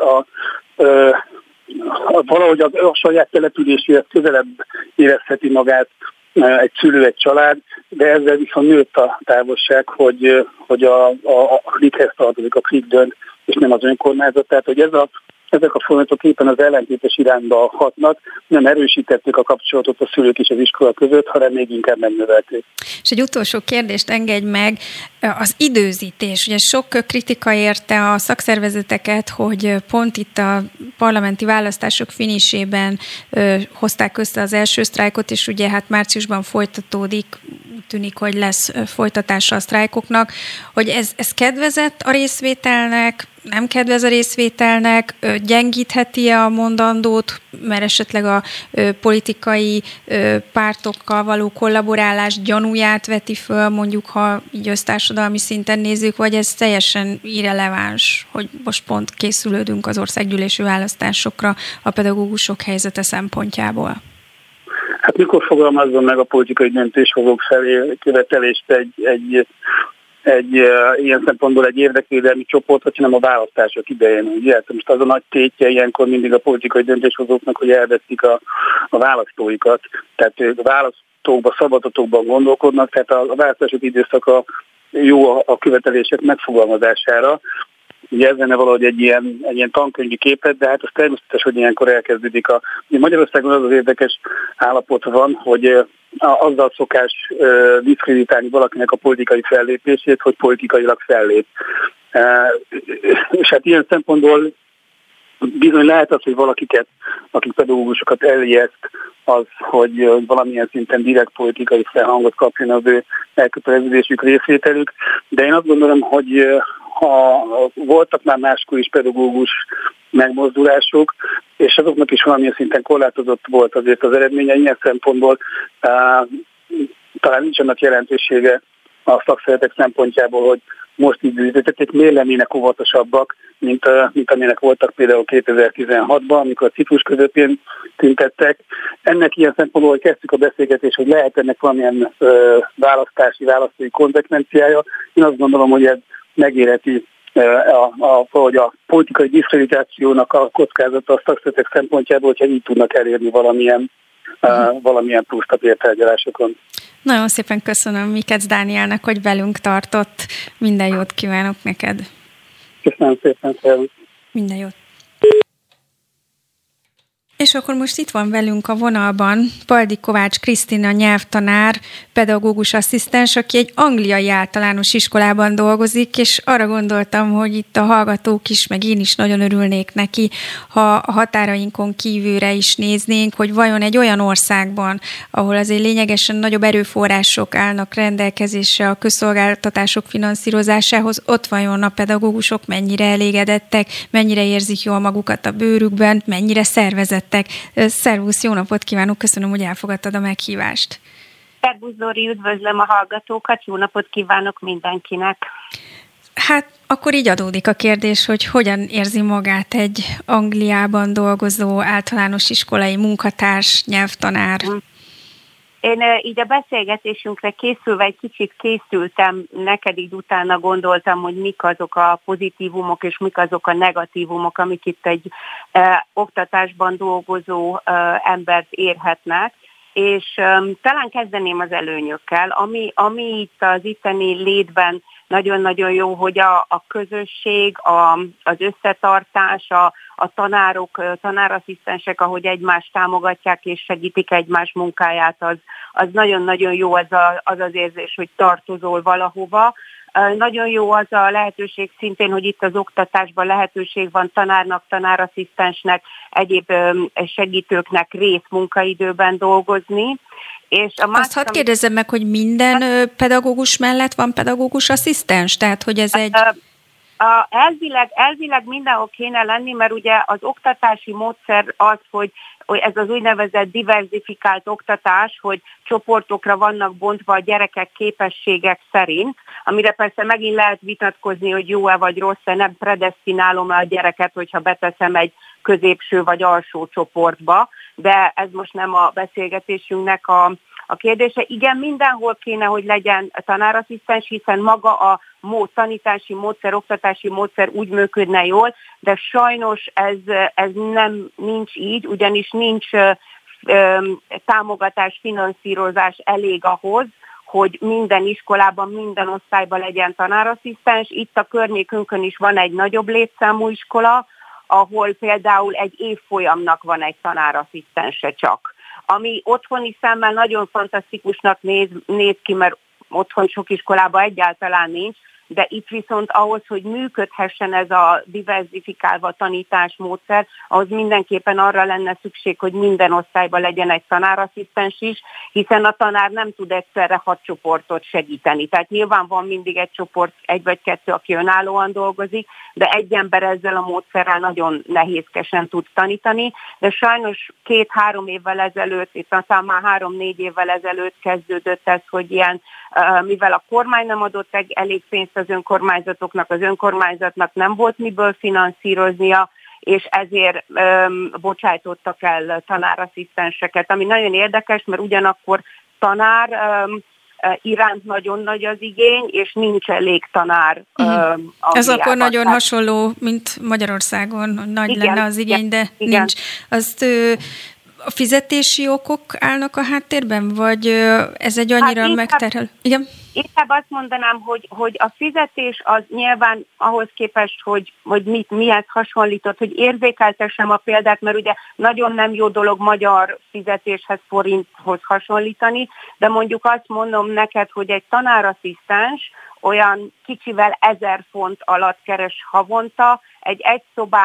valahogy a saját településéhez közelebb érezheti magát egy szülő, egy család, de ezzel viszont nőtt a távolság, hogy a klikhez tartozik, a klik dönt, és nem az önkormányzat. Tehát, hogy ezek a folyamatok éppen az ellentétes irányba hatnak, nem erősítették a kapcsolatot a szülők és az iskola között, hanem még inkább megnövelték. És egy utolsó kérdést engedj meg, az időzítés. Ugye sok kritika érte a szakszervezeteket, hogy pont itt a parlamenti választások finisében hozták össze az első sztrájkot, és ugye hát márciusban folytatódik, tűnik, hogy lesz folytatása a sztrájkoknak, hogy ez kedvezett a részvételnek, nem kedvez a részvételnek, gyengítheti a mondandót, mert esetleg a politikai pártokkal való kollaborálás gyanúját veti föl, mondjuk, ha így össztársadalmi szinten nézzük, vagy ez teljesen irreleváns, hogy most pont készülődünk az országgyűlési választásokra a pedagógusok helyzete szempontjából. Hát mikor fogalmazzon meg a politikai döntéshozók felé követelést egy ilyen szempontból egy érdekvédelmi csoport, vagy nem a választások idején. Ugye? Most az a nagy tétje ilyenkor mindig a politikai döntéshozóknak, hogy elveszik a választóikat. Tehát ők választókban, szabadatokban gondolkodnak, tehát a választások időszaka jó a követelések megfogalmazására. Ugye ez lenne valahogy egy ilyen tankönyvi képlet, de hát az természetes, hogy ilyenkor elkezdődik Magyarországon az érdekes állapot van, hogy azzal szokás diszkreditálni valakinek a politikai fellépését, hogy politikailag fellép. És hát ilyen szempontból bizony lehet az, hogy akik pedagógusokat elijeszt az, hogy valamilyen szinten direkt politikai felhangot kapjon az ő elköteleződésük, részvételük, de én azt gondolom, hogy ha voltak már máskor is pedagógus megmozdulások, és azoknak is valamilyen szinten korlátozott volt azért az eredménye, ilyen szempontból talán nincs annak jelentősége a szakszervezetek szempontjából, hogy most így bűzítették, miért lennének óvatosabbak, mint amilyenek voltak például 2016-ban, amikor a ciklus közepén tüntettek. Ennek ilyen szempontból, hogy kezdtük a beszélgetést, hogy lehet ennek valamilyen választói konzekvenciája. Én azt gondolom, hogy ez megérheti hogy a politikai diszkreditációnak a kockázata a szakszervezetek szempontjából, hogyha így tudnak elérni valamilyen valamilyen plusz bértárgyalásokon. Nagyon szépen köszönöm Mikec Dánielnek, hogy velünk tartott. Minden jót kívánok neked. Köszönöm szépen, szervusz. Minden jót. És akkor most itt van velünk a vonalban Paldi Kovács Krisztina nyelvtanár, pedagógus asszisztens, aki egy angliai általános iskolában dolgozik, és arra gondoltam, hogy itt a hallgatók is, meg én is nagyon örülnék neki, ha a határainkon kívülre is néznénk, hogy vajon egy olyan országban, ahol azért lényegesen nagyobb erőforrások állnak rendelkezésre a közszolgáltatások finanszírozásához, ott vajon a pedagógusok mennyire elégedettek, mennyire érzik jól magukat a bőrükben, mennyire szervezett. Szervusz, jó napot kívánok, köszönöm, hogy elfogadtad a meghívást. Szervusz, Zori, üdvözlöm a hallgatókat, jó napot kívánok mindenkinek. Hát akkor így adódik a kérdés, hogy hogyan érzi magát egy Angliában dolgozó általános iskolai munkatárs, nyelvtanár? Én így a beszélgetésünkre készülve egy kicsit készültem, neked így utána gondoltam, hogy mik azok a pozitívumok és mik azok a negatívumok, amik itt egy oktatásban dolgozó embert érhetnek. És talán kezdeném az előnyökkel, ami itt az itteni létben nagyon-nagyon jó, hogy a közösség, az összetartás, a tanárok, tanárasszisztensek, ahogy egymást támogatják és segítik egymás munkáját, az nagyon-nagyon jó az érzés, hogy tartozol valahova. Nagyon jó az a lehetőség szintén, hogy itt az oktatásban lehetőség van tanárnak, tanárasszisztensnek, egyéb segítőknek részmunkaidőben dolgozni. És azt hadd kérdezzem meg, hogy minden pedagógus mellett van pedagógus asszisztens? Tehát, hogy ez egy... Elvileg mindenhol kéne lenni, mert ugye az oktatási módszer az, hogy ez az úgynevezett diverzifikált oktatás, hogy csoportokra vannak bontva a gyerekek képességek szerint, amire persze megint lehet vitatkozni, hogy jó-e vagy rossz-e, nem predesztinálom-e a gyereket, hogyha beteszem egy középső vagy alsó csoportba, de ez most nem a beszélgetésünknek a kérdése. Igen, mindenhol kéne, hogy legyen tanárasszisztens, hiszen maga a tanítási módszer, oktatási módszer úgy működne jól, de sajnos ez nincs így, ugyanis nincs támogatás, finanszírozás elég ahhoz, hogy minden iskolában, minden osztályban legyen tanárasszisztens. Itt a környékünkön is van egy nagyobb létszámú iskola, ahol például egy évfolyamnak van egy tanárasszisztense csak. Ami otthoni szemmel nagyon fantasztikusnak néz ki, mert otthon sok iskolában egyáltalán nincs, de itt viszont ahhoz, hogy működhessen ez a diverzifikálva tanításmódszer, ahhoz mindenképpen arra lenne szükség, hogy minden osztályban legyen egy tanárasszisztens is, hiszen a tanár nem tud egyszerre 6 csoportot segíteni. Tehát nyilván van mindig egy csoport, 1 vagy 2, aki önállóan dolgozik, de egy ember ezzel a módszerrel nagyon nehézkesen tud tanítani, de sajnos 2-3 évvel ezelőtt, itt aztán már 3-4 évvel ezelőtt kezdődött ez, hogy ilyen, mivel a kormány nem adott elég pénzt az önkormányzatoknak, az önkormányzatnak nem volt miből finanszíroznia, és ezért bocsájtottak el tanárasszisztenseket, ami nagyon érdekes, mert ugyanakkor tanár iránt nagyon nagy az igény, és nincs elég tanár. Ez akkor nagyon hasonló, mint Magyarországon, nagy igen, lenne az igény, de igen. Nincs. Azt a fizetési okok állnak a háttérben, vagy ez egy annyira megterhelő? Igen. Inkább azt mondanám, hogy a fizetés az nyilván ahhoz képest, hogy mihez hasonlított, hogy érzékeltessem a példát, mert ugye nagyon nem jó dolog magyar fizetéshez, forinthoz hasonlítani, de mondjuk azt mondom neked, hogy egy tanárasszisztens olyan kicsivel 1000 font alatt keres havonta, egy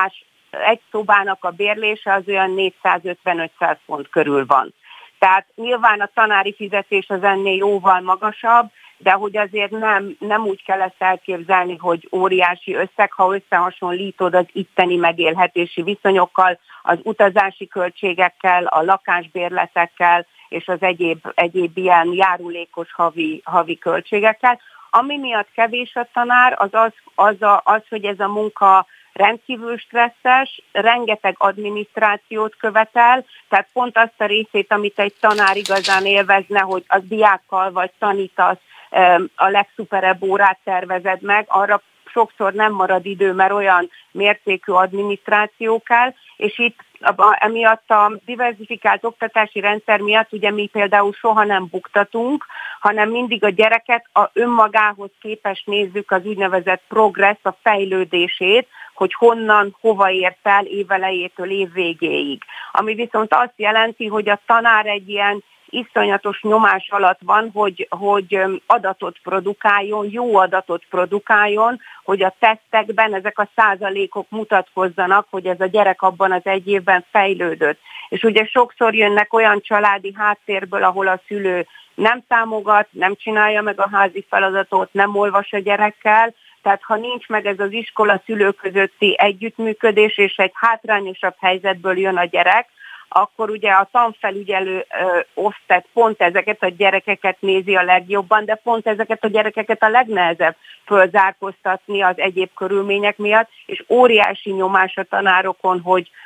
szobának a bérlése az olyan 450-500 font körül van. Tehát nyilván a tanári fizetés az ennél jóval magasabb, de hogy azért nem úgy kell ezt elképzelni, hogy óriási összeg, ha összehasonlítod az itteni megélhetési viszonyokkal, az utazási költségekkel, a lakásbérletekkel és az egyéb ilyen járulékos havi költségekkel. Ami miatt kevés a tanár, az, hogy ez a munka rendkívül stresszes, rengeteg adminisztrációt követel, tehát pont azt a részét, amit egy tanár igazán élvezne, hogy a diákkal vagy tanítasz, a legszuperebb órát tervezed meg, arra sokszor nem marad idő, mert olyan mértékű adminisztráció kell, és emiatt a diversifikált oktatási rendszer miatt ugye mi például soha nem buktatunk, hanem mindig a gyereket a önmagához képest nézzük az úgynevezett progress, a fejlődését, hogy honnan, hova ért el évelejétől évvégéig. Ami viszont azt jelenti, hogy a tanár egy ilyen iszonyatos nyomás alatt van, hogy adatot produkáljon, jó adatot produkáljon, hogy a tesztekben ezek a százalékok mutatkozzanak, hogy ez a gyerek abban az egy évben fejlődött. És ugye sokszor jönnek olyan családi háttérből, ahol a szülő nem támogat, nem csinálja meg a házi feladatot, nem olvas a gyerekkel, tehát ha nincs meg ez az iskola-szülő közötti együttműködés, és egy hátrányosabb helyzetből jön a gyerek, akkor ugye a tanfelügyelő osztály pont ezeket a gyerekeket nézi a legjobban, de pont ezeket a gyerekeket a legnehezebb fölzárkóztatni az egyéb körülmények miatt, és óriási nyomás a tanárokon,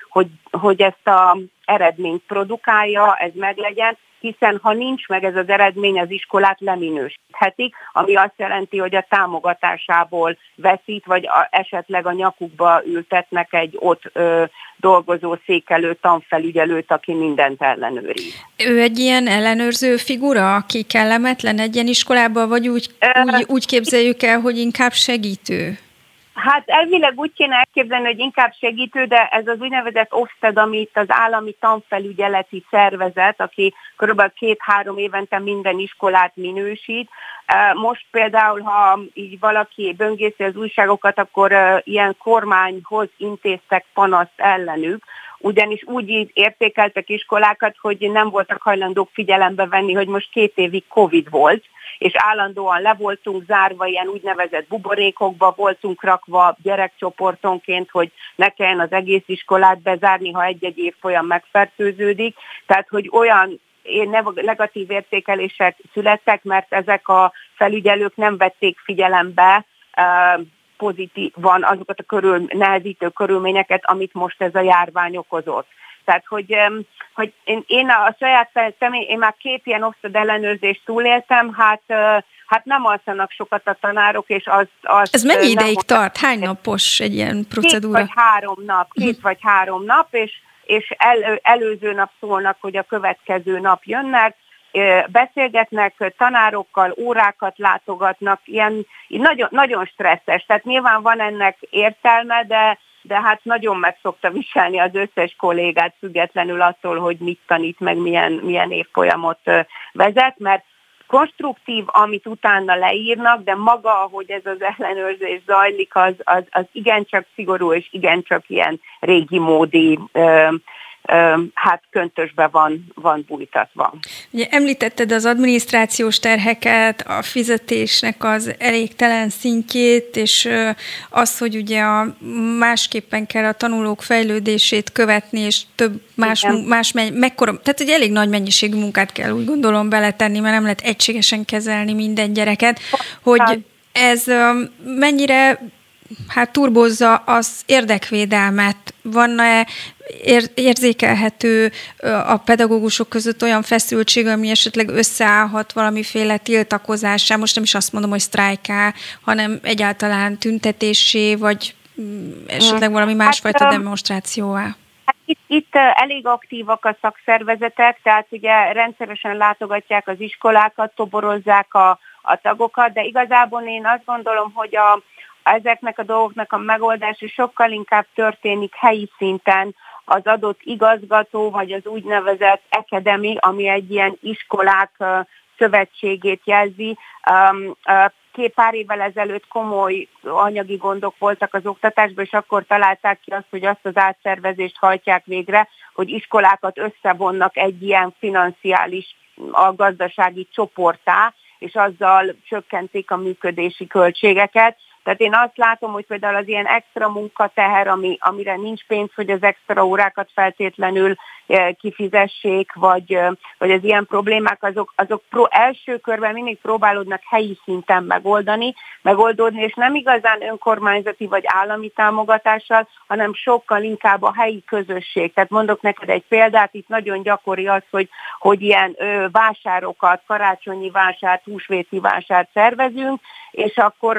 hogy ezt az eredményt produkálja, ez meglegyen, hiszen ha nincs meg ez az eredmény, az iskolát leminősíthetik, ami azt jelenti, hogy a támogatásából veszít, vagy esetleg a nyakukba ültetnek egy ott dolgozó székelő tanfelügyelőt, aki mindent ellenőriz. Ő egy ilyen ellenőrző figura, aki kellemetlen egy ilyen iskolában, vagy úgy képzeljük el, hogy inkább segítő? Hát elvileg úgy kéne elképzelni, hogy inkább segítő, de ez az úgynevezett Ofsted, ami itt az állami tanfelügyeleti szervezet, aki kb. 2-3 évente minden iskolát minősít. Most például, ha így valaki böngészi az újságokat, akkor ilyen kormányhoz intéztek panaszt ellenük, ugyanis úgy értékeltek iskolákat, hogy nem voltak hajlandók figyelembe venni, hogy most 2 évig Covid volt, és állandóan le voltunk zárva, ilyen úgynevezett buborékokba voltunk rakva gyerekcsoportonként, hogy ne kelljen az egész iskolát bezárni, ha egy-egy évfolyam megfertőződik. Tehát, hogy olyan negatív értékelések születtek, mert ezek a felügyelők nem vették figyelembe pozitívan azokat a nehezítő körülményeket, amit most ez a járvány okozott. Tehát, hogy én a saját személy, én már 2 ilyen Ofsted ellenőrzést túléltem, hát nem alszanak sokat a tanárok, és az ez mennyi ideig tart? Hány napos egy ilyen procedúra? 2 vagy 3 nap, és előző nap szólnak, hogy a következő nap jönnek, beszélgetnek tanárokkal, órákat látogatnak, ilyen nagyon, nagyon stresszes. Tehát nyilván van ennek értelme, de hát nagyon meg szokta viselni az összes kollégát, függetlenül attól, hogy mit tanít, meg milyen évfolyamot vezet, mert konstruktív, amit utána leírnak, de maga, ahogy ez az ellenőrzés zajlik, az igencsak szigorú, és igencsak ilyen régi módi, köntösbe van bújtatva. Ugye említetted az adminisztrációs terheket, a fizetésnek az elégtelen szintjét, és az, hogy ugye másképpen kell a tanulók fejlődését követni, és több tehát egy elég nagy mennyiségű munkát kell, úgy gondolom, beletenni, mert nem lehet egységesen kezelni minden gyereket, hogy ez mennyire turbozza az érdekvédelmet. Van-e érzékelhető a pedagógusok között olyan feszültség, ami esetleg összeállhat valamiféle tiltakozássá, most nem is azt mondom, hogy sztrájká, hanem egyáltalán tüntetésé, vagy esetleg valami másfajta demonstrációvá? Itt elég aktívak a szakszervezetek, tehát ugye rendszeresen látogatják az iskolákat, toborozzák a tagokat, de igazából én azt gondolom, hogy ezeknek a dolgoknak a megoldása sokkal inkább történik helyi szinten, az adott igazgató, vagy az úgynevezett academy, ami egy ilyen iskolák szövetségét jelzi. Pár évvel ezelőtt komoly anyagi gondok voltak az oktatásban, és akkor találták ki azt, hogy azt az átszervezést hajtják végre, hogy iskolákat összevonnak egy ilyen financiális, a gazdasági csoporttá, és azzal csökkentik a működési költségeket. Tehát én azt látom, hogy például az ilyen extra munkateher, amire nincs pénz, hogy az extra órákat feltétlenül kifizessék, vagy az ilyen problémák, azok első körben mindig próbálódnak helyi szinten megoldódni, és nem igazán önkormányzati vagy állami támogatással, hanem sokkal inkább a helyi közösség. Tehát mondok neked egy példát, itt nagyon gyakori az, hogy ilyen vásárokat, karácsonyi vásárt, húsvéti vásárt szervezünk, és akkor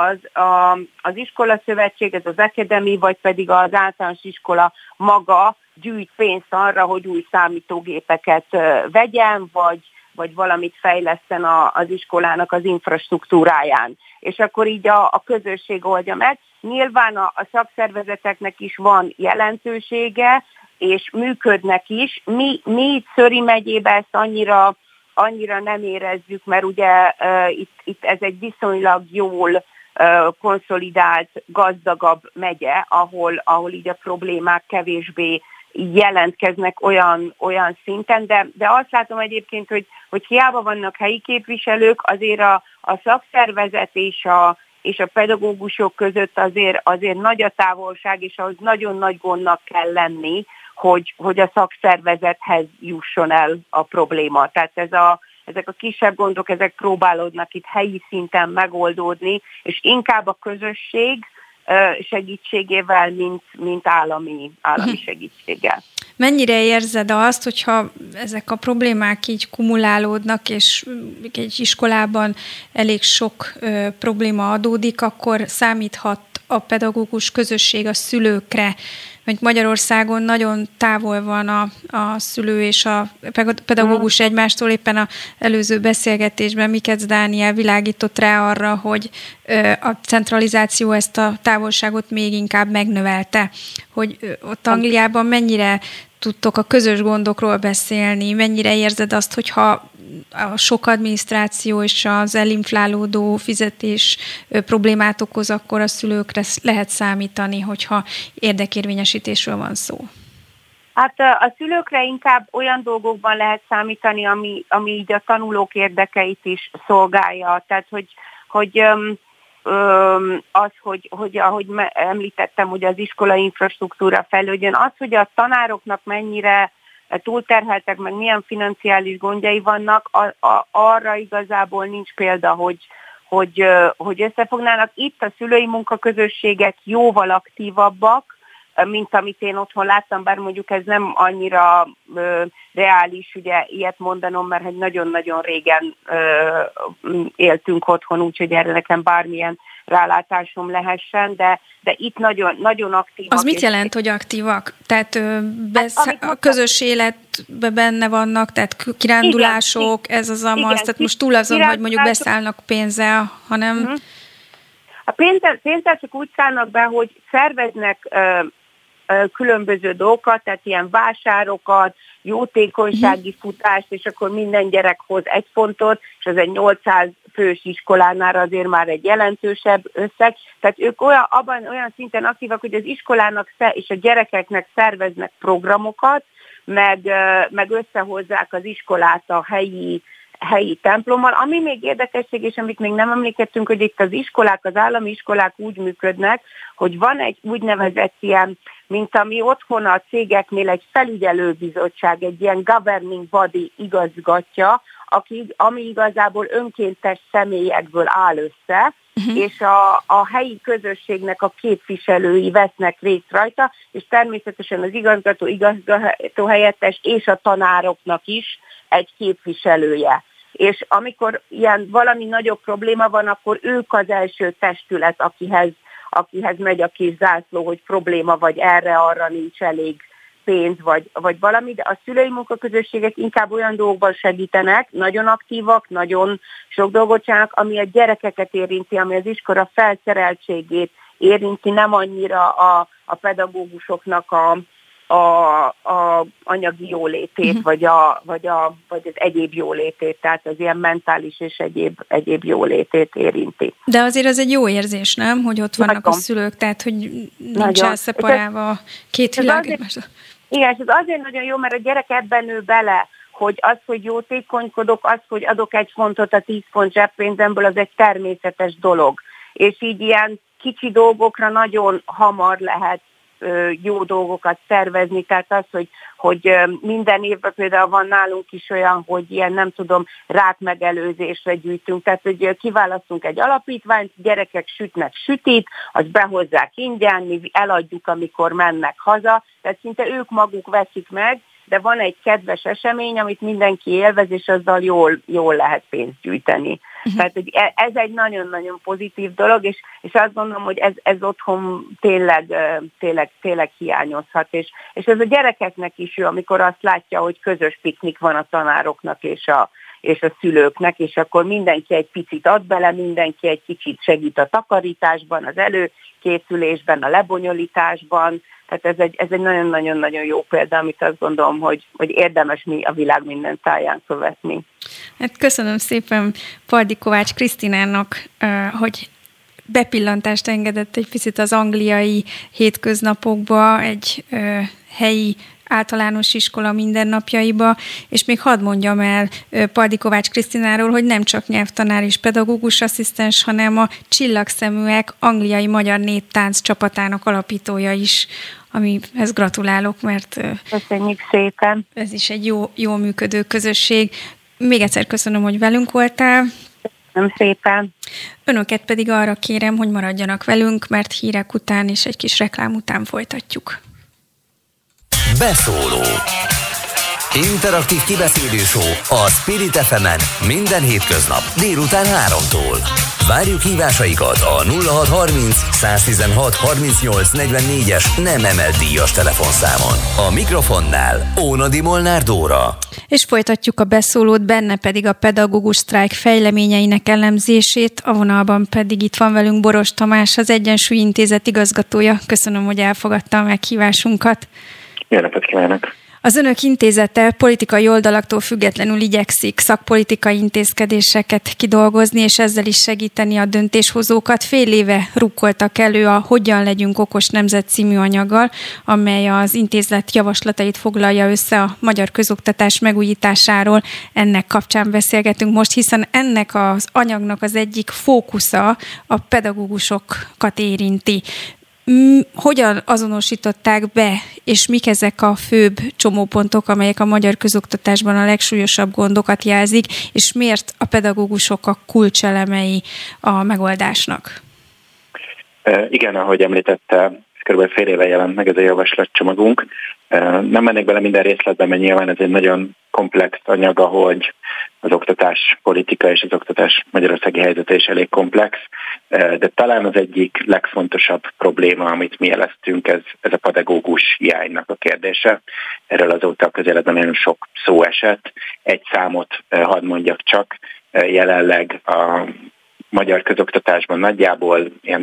az iskolaszövetség, ez az academy, vagy pedig az általános iskola maga gyűjt pénzt arra, hogy új számítógépeket vegyen, vagy valamit fejleszten az iskolának az infrastruktúráján. És akkor így a közösség oldja meg. Nyilván a szakszervezeteknek is van jelentősége, és működnek is. Mi itt Szöri megyében ezt annyira nem érezzük, mert ugye itt ez egy viszonylag jól konszolidált, gazdagabb megye, ahol így a problémák kevésbé jelentkeznek olyan szinten, de azt látom egyébként, hogy hiába vannak helyi képviselők, azért a szakszervezet és a pedagógusok között azért nagy a távolság, és ahhoz nagyon nagy gondnak kell lenni, hogy a szakszervezethez jusson el a probléma. Tehát ezek a kisebb gondok, ezek próbálódnak itt helyi szinten megoldódni, és inkább a közösség segítségével, mint állami segítséggel. Mennyire érzed azt, hogyha ezek a problémák így kumulálódnak, és egy iskolában elég sok probléma adódik, akkor számíthat a pedagógus közösség a szülőkre, mert Magyarországon nagyon távol van a szülő és a pedagógus egymástól. Éppen az előző beszélgetésben Mikec Dániel világított rá arra, hogy a centralizáció ezt a távolságot még inkább megnövelte. Hogy ott Angliában mennyire tudtok a közös gondokról beszélni, mennyire érzed azt, hogyha a sok adminisztráció és az elinflálódó fizetés problémát okoz, akkor a szülőkre lehet számítani, hogyha érdekérvényesítésről van szó? Hát a szülőkre inkább olyan dolgokban lehet számítani, ami így a tanulók érdekeit is szolgálja. Tehát, hogy ahogy említettem, hogy az iskolai infrastruktúra fejlődjön, az, hogy a tanároknak mennyire túlterheltek, meg milyen financiális gondjai vannak, arra igazából nincs példa, hogy összefognának. Itt a szülői munkaközösségek jóval aktívabbak, mint amit én otthon láttam, bár mondjuk ez nem annyira reális, ugye ilyet mondanom, mert nagyon-nagyon régen éltünk otthon, úgyhogy erre nekem bármilyen rálátásom lehessen, de itt nagyon, nagyon aktívak. Az mit jelent, hogy aktívak? Tehát a közös életben benne vannak, tehát kirándulások, igen, ez az amaz, tehát most túl azon, hogy mondjuk beszállnak pénzzel, hanem... A pénzzel csak úgy szállnak be, hogy szerveznek különböző dolgokat, tehát ilyen vásárokat, jótékonysági futást, és akkor minden gyerek hoz 1 fontot, és ez egy 800 fős iskolánál azért már egy jelentősebb összeg. Tehát ők olyan szinten aktívak, hogy az iskolának és a gyerekeknek szerveznek programokat, meg összehozzák az iskolát a helyi templommal. Ami még érdekesség, és amit még nem emlékeztünk, hogy itt az iskolák, az állami iskolák úgy működnek, hogy van egy úgynevezett ilyen, mint ami otthon a cégeknél egy felügyelőbizottság, egy ilyen governing body igazgatja, ami igazából önkéntes személyekből áll össze, és a helyi közösségnek a képviselői vesznek részt rajta, és természetesen az igazgató helyettes és a tanároknak is egy képviselője. És amikor ilyen valami nagyobb probléma van, akkor ők az első testület, akihez megy a kis zászló, hogy probléma, vagy erre-arra nincs elég pénz, vagy valami, de a szülői munkaközösségek inkább olyan dolgokban segítenek, nagyon aktívak, nagyon sok dolgot csinálnak, ami a gyerekeket érinti, ami az iskola felszereltségét érinti, nem annyira a pedagógusoknak a anyagi jólétét, vagy az egyéb jólétét, tehát az ilyen mentális és egyéb jólétét érinti. De azért az egy jó érzés, nem? Hogy ott vannak a szülők, tehát hogy nincs elszeparálva a két világ. Igen, és ez azért nagyon jó, mert a gyerek ebben nő bele, hogy az, hogy jótékonykodok, az, hogy adok 1 fontot a 10 font zseppénzemből, az egy természetes dolog. És így ilyen kicsi dolgokra nagyon hamar lehet jó dolgokat szervezni, tehát az, hogy minden évben például van nálunk is olyan, hogy ilyen nem tudom, rákmegelőzésre gyűjtünk, tehát hogy kiválasztunk egy alapítványt, gyerekek sütnek sütit, azt behozzák ingyen, mi eladjuk, amikor mennek haza, tehát szinte ők maguk veszik meg, de van egy kedves esemény, amit mindenki élvez, és azzal jól lehet pénzt gyűjteni. Tehát hogy ez egy nagyon-nagyon pozitív dolog, és azt gondolom, hogy ez otthon tényleg hiányozhat. És ez a gyerekeknek is jó, amikor azt látja, hogy közös piknik van a tanároknak és a szülőknek, és akkor mindenki egy picit ad bele, mindenki egy kicsit segít a takarításban, az előkészülésben, a lebonyolításban. Tehát ez egy nagyon-nagyon-nagyon jó példa, amit azt gondolom, hogy érdemes a világ minden táján követni. Hát köszönöm szépen Paldi Kovács Krisztinának, hogy bepillantást engedett egy picit az angliai hétköznapokba, egy helyi általános iskola mindennapjaiba, és még hadd mondjam el Paldi Kovács Krisztináról, hogy nem csak nyelvtanár és pedagógus asszisztens, hanem a Csillagszeműek angliai magyar néptánc csapatának alapítója is, amihez gratulálok, mert köszönjük szépen. Ez is egy jó működő közösség. Még egyszer köszönöm, hogy velünk voltál. Köszönöm szépen. Önöket pedig arra kérem, hogy maradjanak velünk, mert hírek után és egy kis reklám után folytatjuk. Beszóló. Interaktív kibeszélő show a Spirit FM-en minden hétköznap délután 3-tól. Várjuk hívásaikat a 0630 116 38 44-es nem emelt díjas telefonszámon. A mikrofonnál Ónodi Molnár Dóra. És folytatjuk a beszólót, benne pedig a pedagógus sztrájk fejleményeinek elemzését, a vonalban pedig itt van velünk Boros Tamás, az Egyensúly Intézet igazgatója. Köszönöm, hogy elfogadta a meghívásunkat. Jó napot kívánok! Az önök intézete politikai oldalaktól függetlenül igyekszik szakpolitikai intézkedéseket kidolgozni, és ezzel is segíteni a döntéshozókat. Fél éve rukkoltak elő a Hogyan legyünk okos nemzet című anyaggal, amely az intézet javaslatait foglalja össze a magyar közoktatás megújításáról. Ennek kapcsán beszélgetünk most, hiszen ennek az anyagnak az egyik fókusza a pedagógusokat érinti. Hogyan azonosították be, és mik ezek a főbb csomópontok, amelyek a magyar közoktatásban a legsúlyosabb gondokat jelzik, és miért a pedagógusok a kulcselemei a megoldásnak? Igen, ahogy említette, kb. Fél éve jelent meg ez a javaslatcsomagunk. Nem mennék bele minden részletbe, mert nyilván ez egy nagyon komplex anyag, ahogy az oktatás politika és az oktatás magyarországi helyzete is elég komplex, de talán az egyik legfontosabb probléma, amit mi jeleztünk, ez a pedagógus hiánynak a kérdése. Erről azóta a közeledben nagyon sok szó esett. Egy számot hadd mondjak csak, jelenleg a magyar közoktatásban nagyjából ilyen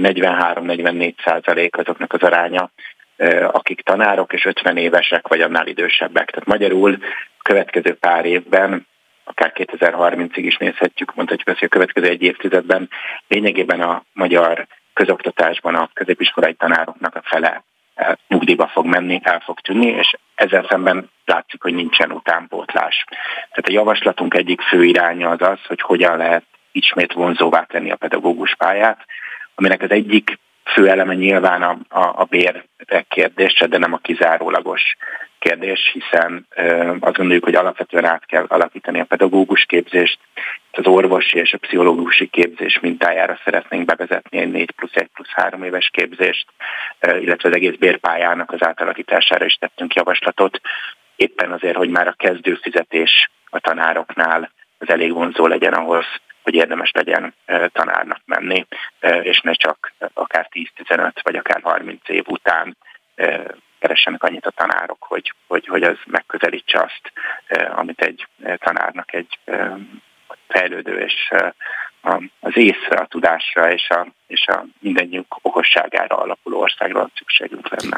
43-44% azoknak az aránya, akik tanárok és 50 évesek vagy annál idősebbek. Tehát magyarul a következő pár évben, akár 2030-ig is nézhetjük, mondhatjuk azt, hogy a következő egy évtizedben lényegében a magyar közoktatásban a középiskolai tanároknak a fele nyugdíjba fog menni, el fog tűnni, és ezzel szemben látszik, hogy nincsen utánpótlás. Tehát a javaslatunk egyik fő iránya az az, hogy hogyan lehet ismét vonzóvá tenni a pedagógus pályát, aminek az egyik fő eleme nyilván a bér kérdése, de nem a kizárólagos kérdés, hiszen azt gondoljuk, hogy alapvetően át kell alakítani a pedagógus képzést, az orvosi és a pszichológusi képzés mintájára szeretnénk bevezetni egy 4+1+3 éves képzést, illetve az egész bérpályának az átalakítására is tettünk javaslatot, éppen azért, hogy már a kezdőfizetés a tanároknál az elég vonzó legyen ahhoz, hogy érdemes legyen tanárnak menni, és ne csak akár 10-15 vagy akár 30 év után keressenek annyit a tanárok, hogy az megközelítse azt, amit egy tanárnak egy fejlődő és az észre, a tudásra és a mindennyiunk okosságára alapuló országra szükségünk lenne.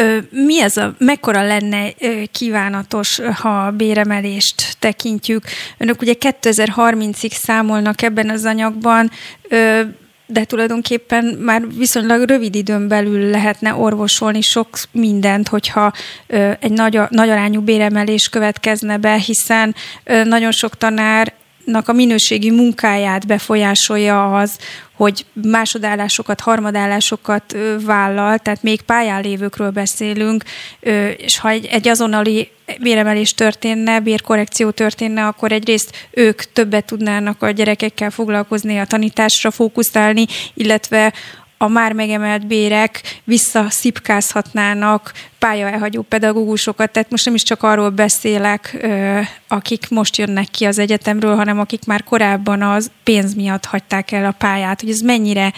Mekkora lenne kívánatos, ha a béremelést tekintjük? Önök ugye 2030-ig számolnak ebben az anyagban, de tulajdonképpen már viszonylag rövid időn belül lehetne orvosolni sok mindent, hogyha egy nagy arányú béremelés következne be, hiszen nagyon sok tanárnak a minőségi munkáját befolyásolja az, hogy másodállásokat, harmadállásokat vállal, tehát még pályán lévőkről beszélünk, és ha egy azonnali béremelés történne, bérkorrekció történne, akkor egyrészt ők többet tudnának a gyerekekkel foglalkozni, a tanításra fókuszálni, illetve a már megemelt bérek visszaszipkázhatnának pályaelhagyó pedagógusokat, tehát most nem is csak arról beszélek, akik most jönnek ki az egyetemről, hanem akik már korábban az pénz miatt hagyták el a pályát, hogy ez mennyire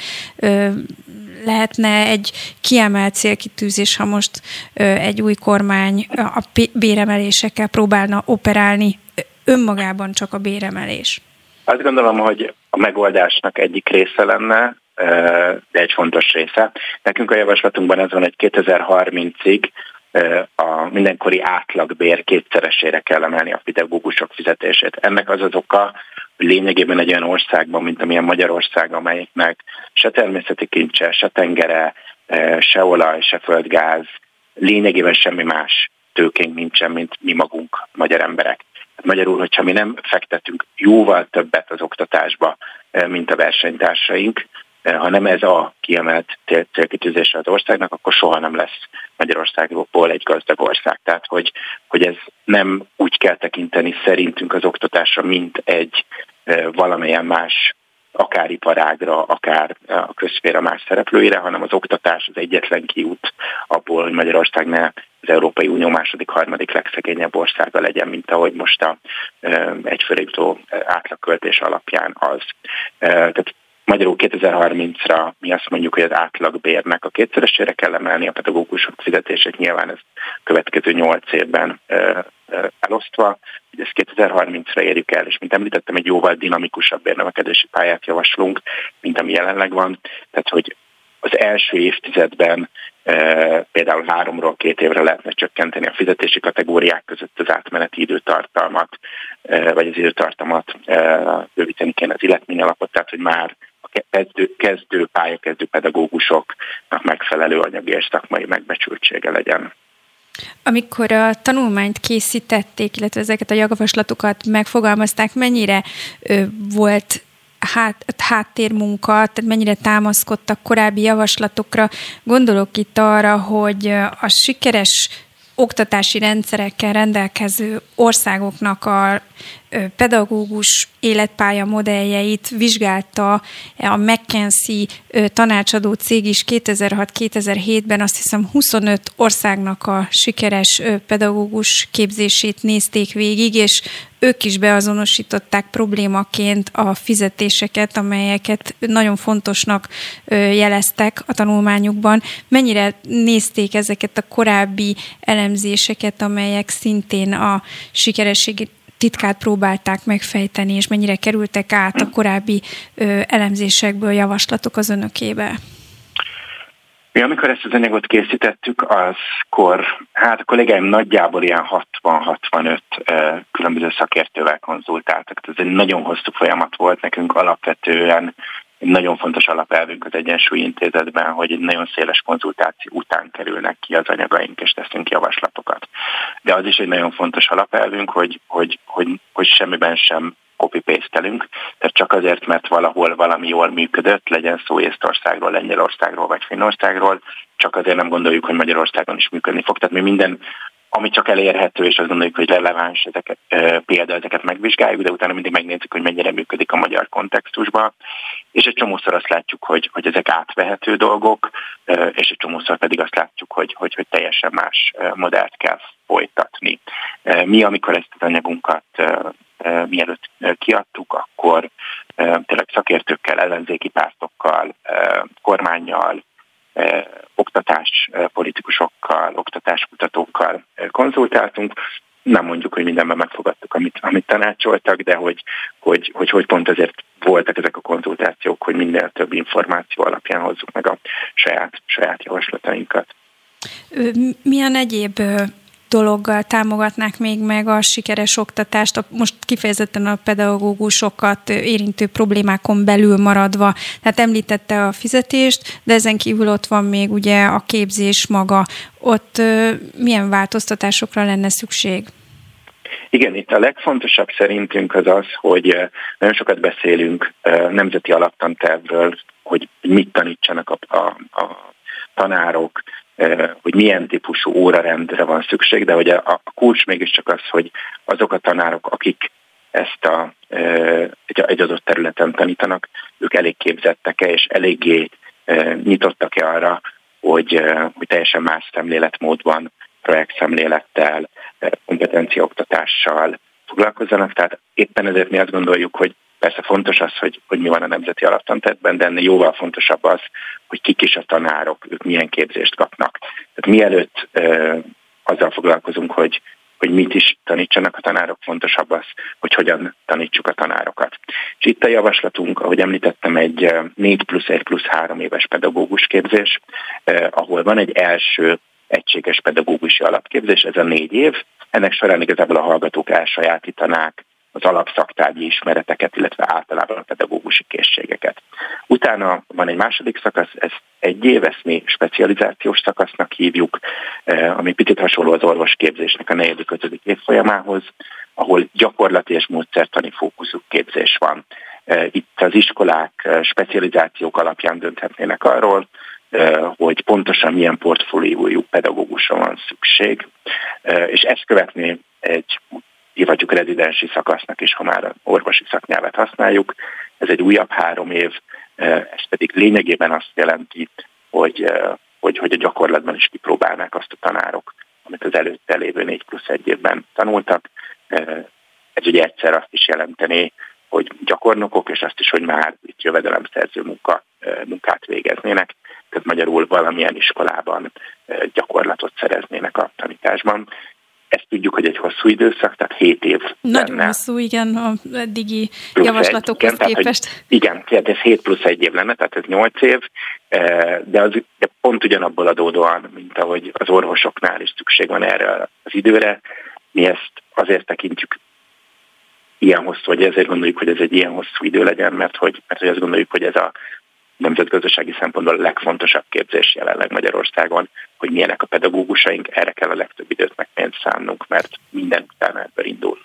lehetne egy kiemelt célkitűzés, ha most egy új kormány a béremelésekkel próbálna operálni, önmagában csak a béremelés. Azt gondolom, hogy a megoldásnak egyik része lenne, de egy fontos része. Nekünk a javaslatunkban ez van, hogy 2030-ig a mindenkori átlagbér 2-szeresére kell emelni a pedagógusok fizetését. Ennek az az oka, hogy lényegében egy olyan országban, mint amilyen Magyarország, amelyiknek se természeti kincse, se tengere, se olaj, se földgáz, lényegében semmi más tőkénk nincsen, mint mi magunk, magyar emberek. Magyarul, hogyha mi nem fektetünk jóval többet az oktatásba, mint a versenytársaink, hanem ez a kiemelt célkitűzése az országnak, akkor soha nem lesz Magyarországból egy gazdag ország. Tehát, hogy ez nem úgy kell tekinteni szerintünk az oktatásra, mint egy valamilyen más, akár iparágra, akár a közszféra más szereplőire, hanem az oktatás az egyetlen kiút abból, hogy Magyarország ne az Európai Unió harmadik legszegényebb országa legyen, mint ahogy most a egyfőre jutó átlagköltés alapján az. Tehát magyarul 2030-ra mi azt mondjuk, hogy az átlagbérnek a 2-szeresére kell emelni a pedagógusok fizetését, nyilván ez következő 8 évben elosztva, hogy ezt 2030-ra érjük el, és mint említettem, egy jóval dinamikusabb bérnövekedési pályát javaslunk, mint ami jelenleg van. Tehát, hogy az első évtizedben például 3-ról 2 évre lehetne csökkenteni a fizetési kategóriák között az átmeneti időtartalmat, vagy az időtartamat bővíteni kéne az illetményalapot, tehát hogy már a pályakezdő pedagógusoknak megfelelő anyagi és szakmai megbecsültsége legyen. Amikor a tanulmányt készítették, illetve ezeket a javaslatokat megfogalmazták, mennyire volt háttérmunka, tehát mennyire támaszkodtak korábbi javaslatokra? Gondolok itt arra, hogy a sikeres oktatási rendszerekkel rendelkező országoknak a pedagógus életpálya modelljeit vizsgálta a McKinsey tanácsadó cég is 2006-2007-ben, azt hiszem 25 országnak a sikeres pedagógus képzését nézték végig, és ők is beazonosították problémaként a fizetéseket, amelyeket nagyon fontosnak jeleztek a tanulmányukban. Mennyire nézték ezeket a korábbi elemzéseket, amelyek szintén a sikerességi titkát próbálták megfejteni, és mennyire kerültek át a korábbi elemzésekből javaslatok az önökébe? Mi amikor ezt az anyagot készítettük, azkor a kollégáim nagyjából ilyen 60-65 különböző szakértővel konzultáltak. Ez egy nagyon hosszú folyamat volt nekünk alapvetően. Egy nagyon fontos alapelvünk az Egyensúly Intézetben, hogy egy nagyon széles konzultáció után kerülnek ki az anyagaink, és teszünk javaslatokat. De az is egy nagyon fontos alapelvünk, hogy semmiben sem copy-paste-elünk, tehát csak azért, mert valahol valami jól működött, legyen szó Észtországról, Lengyelországról vagy Finnországról, csak azért nem gondoljuk, hogy Magyarországon is működni fog. Tehát mi minden, ami csak elérhető, és azt gondoljuk, hogy releváns ezeket megvizsgáljuk, de utána mindig megnézzük, hogy mennyire működik a magyar kontextusban, és egy csomószor azt látjuk, hogy ezek átvehető dolgok, és egy csomószor pedig azt látjuk, hogy teljesen más modellt kell folytatni. Mi, amikor ezt az anyagunkat mielőtt kiadtuk, akkor tényleg szakértőkkel, ellenzéki pártokkal, kormánnyal, oktatáspolitikusokkal, oktatáskutatókkal konzultáltunk. Nem mondjuk, hogy mindenben megfogadtuk, amit tanácsoltak, de hogy pont ezért voltak ezek a konzultációk, hogy minél több információ alapján hozzuk meg a saját javaslatainkat. Milyen egyéb dologgal támogatnák még meg a sikeres oktatást, most kifejezetten a pedagógusokat érintő problémákon belül maradva? Tehát említette a fizetést, de ezen kívül ott van még ugye a képzés maga. Ott milyen változtatásokra lenne szükség? Igen, itt a legfontosabb szerintünk az, hogy nagyon sokat beszélünk nemzeti alaptantervről, hogy mit tanítsanak a tanárok, hogy milyen típusú órarendre van szükség, de hogy a kulcs mégiscsak az, hogy azok a tanárok, akik ezt egy adott területen tanítanak, ők elég képzettek-e, és eléggé nyitottak-e arra, hogy teljesen más szemléletmódban, projektszemlélettel, kompetenciaoktatással foglalkozzanak. Tehát éppen ezért mi azt gondoljuk, hogy persze fontos az, hogy mi van a nemzeti alaptantervben, de ennél jóval fontosabb az, hogy kik is a tanárok, ők milyen képzést kapnak. Tehát mielőtt azzal foglalkozunk, hogy mit is tanítsanak a tanárok, fontosabb az, hogy hogyan tanítsuk a tanárokat. És itt a javaslatunk, ahogy említettem, egy 4+1+3 éves pedagógus képzés, ahol van egy első egységes pedagógusi alapképzés, ez a 4 év. Ennek során igazából a hallgatók elsajátítanák az alapszaktárgyi ismereteket, illetve általában a pedagógusi készségeket. Utána van egy második szakasz, ez 1 év, ezt mi specializációs szakasznak hívjuk, ami picit hasonló az orvosképzésnek a 4.-5. évfolyamához, ahol gyakorlati és módszertani fókuszú képzés van. Itt az iskolák specializációk alapján dönthetnének arról, hogy pontosan milyen portfóliójú pedagógusra van szükség, és ezt követné egy hívhatjuk rezidensi szakasznak is, ha már orvosi szaknyelvet használjuk. Ez egy újabb 3 év, ez pedig lényegében azt jelenti, hogy a gyakorlatban is kipróbálnák azt a tanárok, amit az előtte lévő 4+1 évben tanultak. Ez ugye egyszer azt is jelenteni, hogy gyakornokok, és azt is, hogy már itt jövedelemszerző munkát végeznének, tehát magyarul valamilyen iskolában gyakorlatot szereznének a tanításban. Ezt tudjuk, hogy egy hosszú időszak, tehát 7 év nagyon lenne. hosszú, igen, a eddigi javaslatokhoz képest. Igen, tehát ez 7+1 év lenne, tehát ez 8 év, de pont ugyanabból adódóan, mint ahogy az orvosoknál is szükség van erre az időre, mi ezt azért tekintjük ilyen hosszú, vagy ezért gondoljuk, hogy ez egy ilyen hosszú idő legyen, mert hogy azt gondoljuk, hogy ez a nemzetgazdasági szempontból a legfontosabb képzés jelenleg Magyarországon, hogy milyenek a pedagógusaink, erre kell a legtöbb időt meg pénzt szánnunk, mert minden utána ebből indul.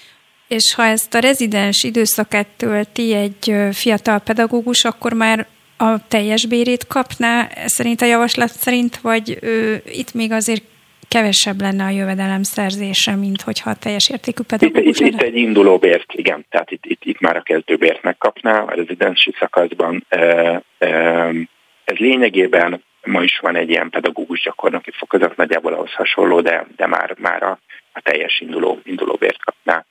És ha ezt a rezidens időszakát tölti egy fiatal pedagógus, akkor már a teljes bérét kapná szerint a javaslat szerint, vagy itt még azért kevesebb lenne a jövedelem szerzése, mint hogyha a teljes értékű pedagógus. Itt egy induló bért, igen, tehát itt már a kezdőbért megkapná a rezidensi szakaszban. Ez lényegében ma is van egy ilyen pedagógus gyakornoki fokozat, nagyjából ahhoz hasonló, de már a teljes induló bért kapná.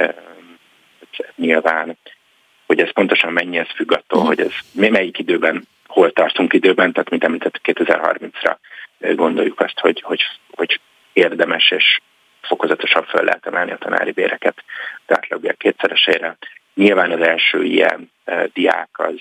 Nyilván, hogy ez pontosan mennyi, ez függ attól, hogy ez melyik időben, hol tartunk időben, tehát mint említettük 2030-ra gondoljuk azt, hogy érdemes és fokozatosan föl lehet emelni a tanári béreket, de átlagbér 2-szeresére. Nyilván az első ilyen diák az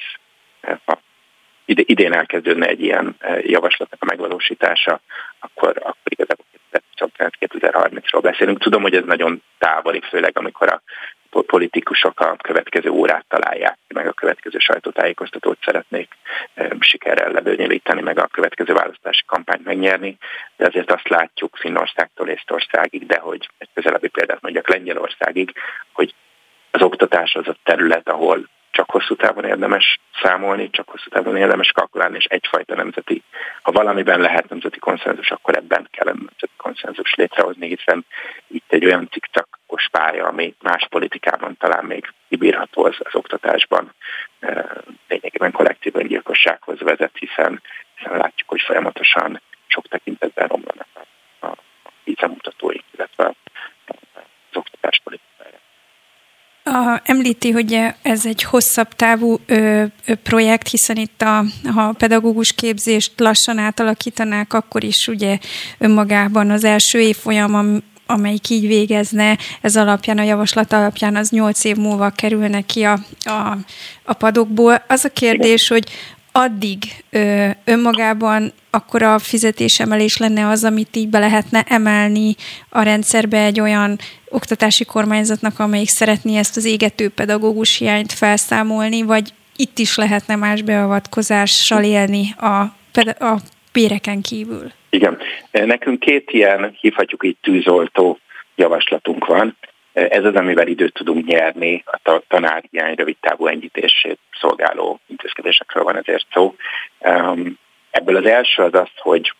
idén elkezdődne egy ilyen javaslatnak a megvalósítása, akkor igazából 2030-ról beszélünk. Tudom, hogy ez nagyon távoli, főleg amikor a politikusok a következő órát találják, meg a következő sajtótájékoztatót szeretnék sikerrel lebonyolítani, meg a következő választási kampányt megnyerni, de azért azt látjuk Finnországtól Észtországig, de hogy egy közelebbi példát mondjak Lengyelországig, hogy az oktatás az a terület, ahol csak hosszú távon érdemes számolni, csak hosszú távon érdemes kalkulálni, és egyfajta nemzeti, ha valamiben lehet nemzeti konszenzus, akkor ebben kell nemzeti konszenzus létrehozni, hiszen itt egy olyan cikcakos pálya, ami más politikában talán még kibírható az oktatásban, lényegében kollektív öngyilkossághoz vezet, hiszen látjuk, hogy folyamatosan sok tekintetben romlanak a vízemutatóink, illetve az oktatás politikája. Említi, hogy ez egy hosszabb távú projekt, hiszen itt ha a pedagógus képzést lassan átalakítanák, akkor is ugye önmagában az első évfolyam, amelyik így végezne, ez alapján, a javaslat alapján az 8 év múlva kerülne ki a padokból. Az a kérdés, hogy addig önmagában akkor a fizetésemelés lenne az, amit így be lehetne emelni a rendszerbe egy olyan oktatási kormányzatnak, amelyik szeretné ezt az égető pedagógus hiányt felszámolni, vagy itt is lehetne más beavatkozással élni a béreken kívül? Igen. Nekünk 2 ilyen, hívhatjuk így tűzoltó javaslatunk van. Ez az, amivel időt tudunk nyerni, a tanárhiány rövidtávú enyhítését szolgáló intézkedésekről van ezért szó. Ebből az első az az, hogy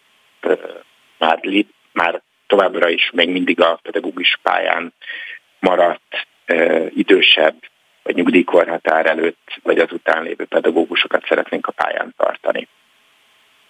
már továbbra is még mindig a pedagógus pályán maradt idősebb, vagy nyugdíjkorhatár előtt, vagy az után lévő pedagógusokat szeretnénk a pályán tartani.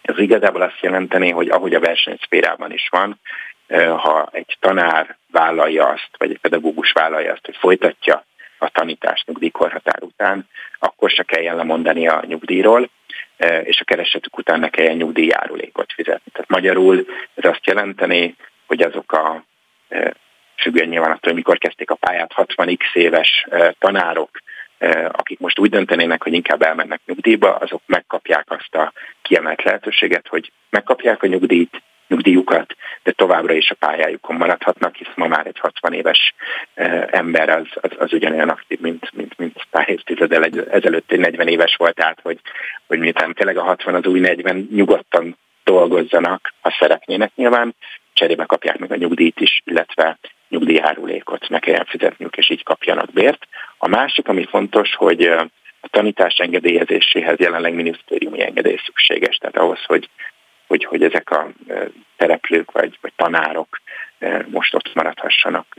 Ez igazából azt jelenteni, hogy ahogy a versenyszférában is van, ha egy tanár vállalja azt, vagy egy pedagógus vállalja azt, hogy folytatja a tanítást nyugdíjkorhatár után, akkor se kelljen lemondani a nyugdíjról, és a keresetük után ne kelljen nyugdíjjárulékot fizetni. Tehát magyarul ez azt jelenteni, hogy azok a függően nyilván attól, hogy mikor kezdték a pályát 60x éves tanárok, akik most úgy döntenének, hogy inkább elmennek nyugdíjba, azok megkapják azt a kiemelt lehetőséget, hogy megkapják a nyugdíjukat, de továbbra is a pályájukon maradhatnak, hisz ma már egy 60 éves ember az ugyanolyan aktív, mint pár évtizeddel ezelőtt egy 40 éves volt, tehát hogy miután tényleg a 60 az új 40 nyugodtan dolgozzanak, ha szeretnének nyilván, cserébe kapják meg a nyugdíjt is, illetve nyugdíjjárulékot ne kelljen fizetniük, és így kapjanak bért. A másik, ami fontos, hogy a tanítás engedélyezéséhez jelenleg minisztériumi engedély szükséges, tehát ahhoz, hogy ezek a szereplők vagy tanárok most ott maradhassanak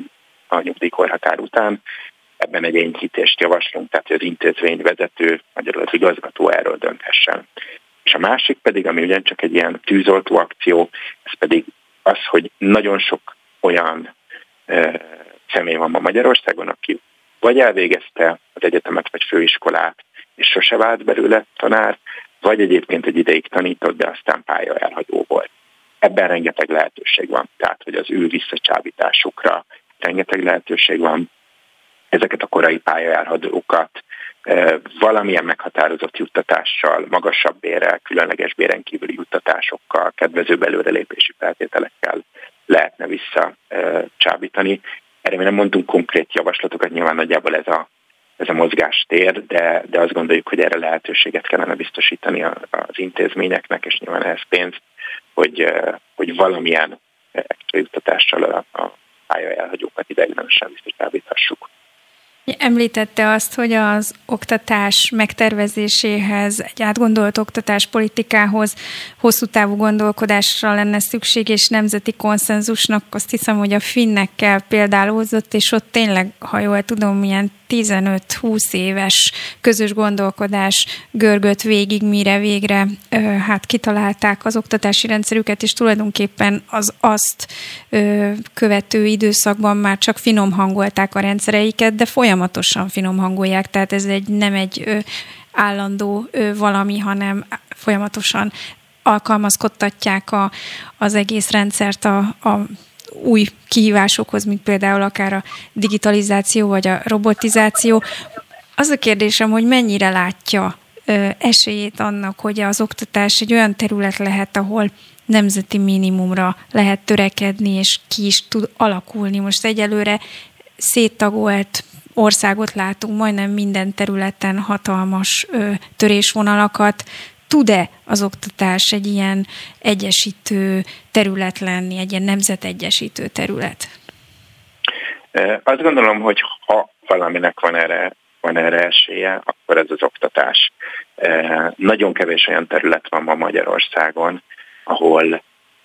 a nyugdíjkorhatár után. Ebben egy enyhítést javaslunk, tehát hogy az intézményvezető, magyarul az igazgató erről dönthessen. És a másik pedig, ami ugyancsak egy ilyen tűzoltó akció, ez pedig az, hogy nagyon sok olyan személy van ma Magyarországon, aki vagy elvégezte az egyetemet vagy főiskolát, és sose vált belőle tanár, vagy egyébként egy ideig tanított, de aztán pályaelhagyó volt. Ebben rengeteg lehetőség van, tehát hogy az ő visszacsábításukra rengeteg lehetőség van. Ezeket a korai pályaelhagyókat valamilyen meghatározott juttatással, magasabb bérrel, különleges béren kívüli juttatásokkal, kedvezőbb előrelépési feltételekkel lehetne visszacsábítani. Erre mi nem mondtunk konkrét javaslatokat, nyilván nagyjából ez a mozgástér, de azt gondoljuk, hogy erre lehetőséget kellene biztosítani az intézményeknek, és nyilván ehhez pénzt, hogy valamilyen extra juttatással a pályaelhagyókat ideiglenesen visszacsábíthassuk. Említette azt, hogy az oktatás megtervezéséhez, egy átgondolt oktatáspolitikához hosszú távú gondolkodásra lenne szükség, és nemzeti konszenzusnak azt hiszem, hogy a finnekkel példálózott, és ott tényleg, ha jól tudom, ilyen 15-20 éves közös gondolkodás görgött végig, mire végre kitalálták az oktatási rendszerüket, és tulajdonképpen az azt követő időszakban már csak finom hangolták a rendszereiket, de folyamatosan finom hangolják, tehát ez nem egy állandó valami, hanem folyamatosan alkalmazkodtatják az egész rendszert a új kihívásokhoz, mint például akár a digitalizáció vagy a robotizáció. Az a kérdésem, hogy mennyire látja esélyét annak, hogy az oktatás egy olyan terület lehet, ahol nemzeti minimumra lehet törekedni, és ki is tud alakulni. Most egyelőre széttagolt országot látunk, majdnem minden területen hatalmas törésvonalakat. Tud-e az oktatás egy ilyen egyesítő terület lenni, egy ilyen nemzetegyesítő terület? Azt gondolom, hogy ha valaminek van erre esélye, akkor ez az oktatás. Nagyon kevés olyan terület van ma Magyarországon, ahol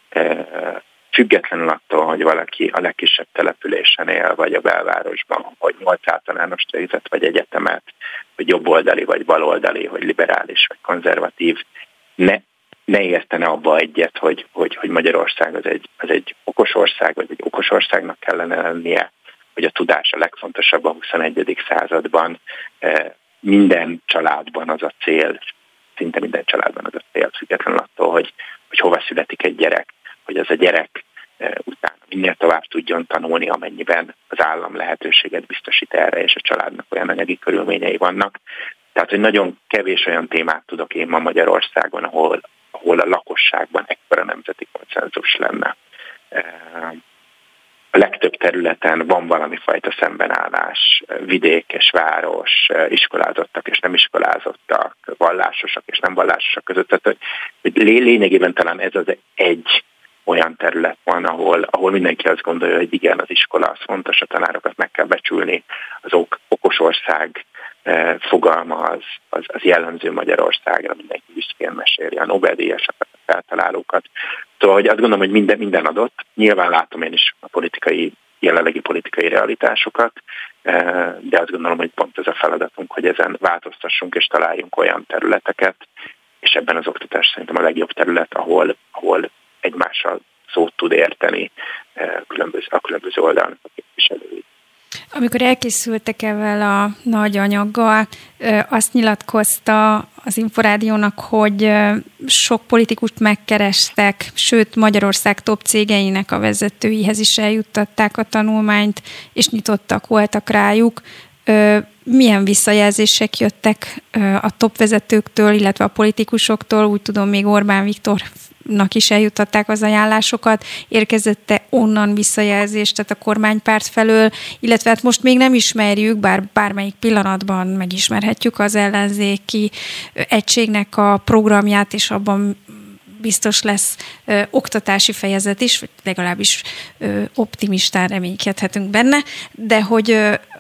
függetlenül attól, hogy valaki a legkisebb településen él, vagy a belvárosban, hogy 8 általánost végzett, vagy egyetemet, vagy jobboldali, vagy baloldali, vagy liberális, vagy konzervatív, ne értene abba egyet, hogy Magyarország az egy okos ország, vagy egy okos országnak kellene lennie, hogy a tudás a legfontosabb a 21. században. Minden családban az a cél, szinte minden családban az a cél, függetlenül attól, hogy hova születik egy gyerek, hogy az a gyerek utána minél tovább tudjon tanulni, amennyiben az állam lehetőséget biztosít erre, és a családnak olyan anyagi körülményei vannak. Tehát, hogy nagyon kevés olyan témát tudok én ma Magyarországon, ahol a lakosságban ekkora nemzeti konszenzus lenne. A legtöbb területen van valami fajta szembenállás, vidék és város, iskolázottak és nem iskolázottak, vallásosak és nem vallásosak között. Tehát, hogy lényegében talán ez az egy olyan terület van, ahol mindenki azt gondolja, hogy igen, az iskola az fontos, a tanárokat meg kell becsülni, az okos ország fogalma az jellemző Magyarországra, mindenki büszkén meséli a Nobel-díjasokat, a feltalálókat. Szóval, hogy azt gondolom, hogy minden adott. Nyilván látom én is a jelenlegi politikai realitásokat, de azt gondolom, hogy pont ez a feladatunk, hogy ezen változtassunk és találjunk olyan területeket, és ebben az oktatás szerintem a legjobb terület, ahol egymással szót tud érteni a különböző oldalnak a képviselői. Amikor elkészültek ezzel a nagy anyaggal, azt nyilatkozta az Inforádiónak, hogy sok politikust megkerestek, sőt Magyarország top cégeinek a vezetőihez is eljuttatták a tanulmányt, és nyitottak voltak rájuk. Milyen visszajelzések jöttek a top vezetőktől, illetve a politikusoktól? Úgy tudom, még Orbán Viktornak is eljuttatták az ajánlásokat. Érkezett-e onnan visszajelzést, tehát a kormánypárt felől, illetve hát most még nem ismerjük, bár bármelyik pillanatban megismerhetjük az ellenzéki egységnek a programját, és abban biztos lesz oktatási fejezet is, vagy legalábbis optimistán reménykedhetünk benne, de hogy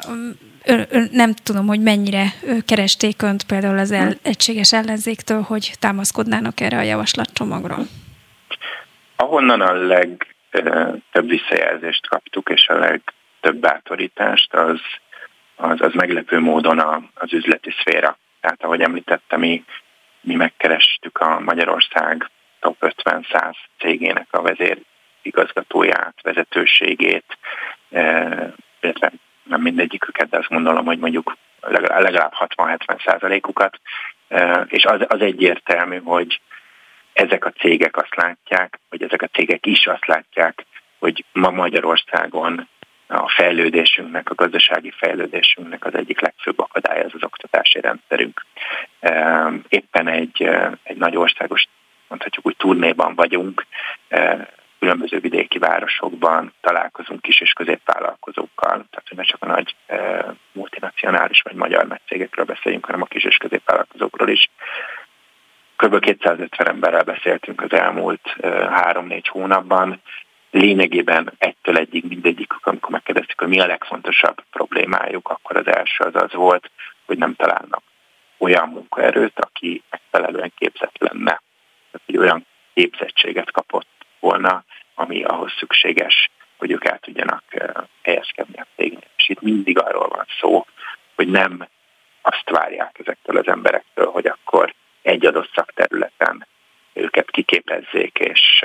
nem tudom, hogy mennyire keresték önt például az egységes ellenzéktől, hogy támaszkodnának erre a javaslatcsomagra. Ahonnan a legtöbb visszajelzést kaptuk, és a legtöbb bátorítást, az meglepő módon az üzleti szféra. Tehát ahogy említettem, mi megkerestük a Magyarország top 50-100 cégének a vezérigazgatóját, vezetőségét, illetve nem mindegyiküket, de azt gondolom, hogy mondjuk legalább 60-70%-ukat, és az egyértelmű, hogy ezek a cégek azt látják, hogy ezek a cégek is azt látják, hogy ma Magyarországon a fejlődésünknek, a gazdasági fejlődésünknek az egyik legfőbb akadálya az oktatási rendszerünk. Éppen egy nagy országos, mondhatjuk úgy, turnéban vagyunk, különböző vidéki városokban találkozunk kis- és középvállalkozókkal, tehát hogy ne csak a nagy multinacionális vagy magyar nagy cégekről beszéljünk, hanem a kis- és középvállalkozókról is. Kb. 250 emberrel beszéltünk az elmúlt 3-4 hónapban. Lényegében egytől egyig mindegyikük, amikor megkérdeztük, hogy mi a legfontosabb problémájuk, akkor az első az volt, hogy nem találnak olyan munkaerőt, aki megfelelően képzett lenne. Tehát, hogy olyan képzettséget kapott volna, ami ahhoz szükséges, hogy ők el tudjanak helyezkedni a cégnél. És itt mindig arról van szó, hogy nem azt várják ezektől az emberektől, hogy akkor egy adott szakterületen őket kiképezzék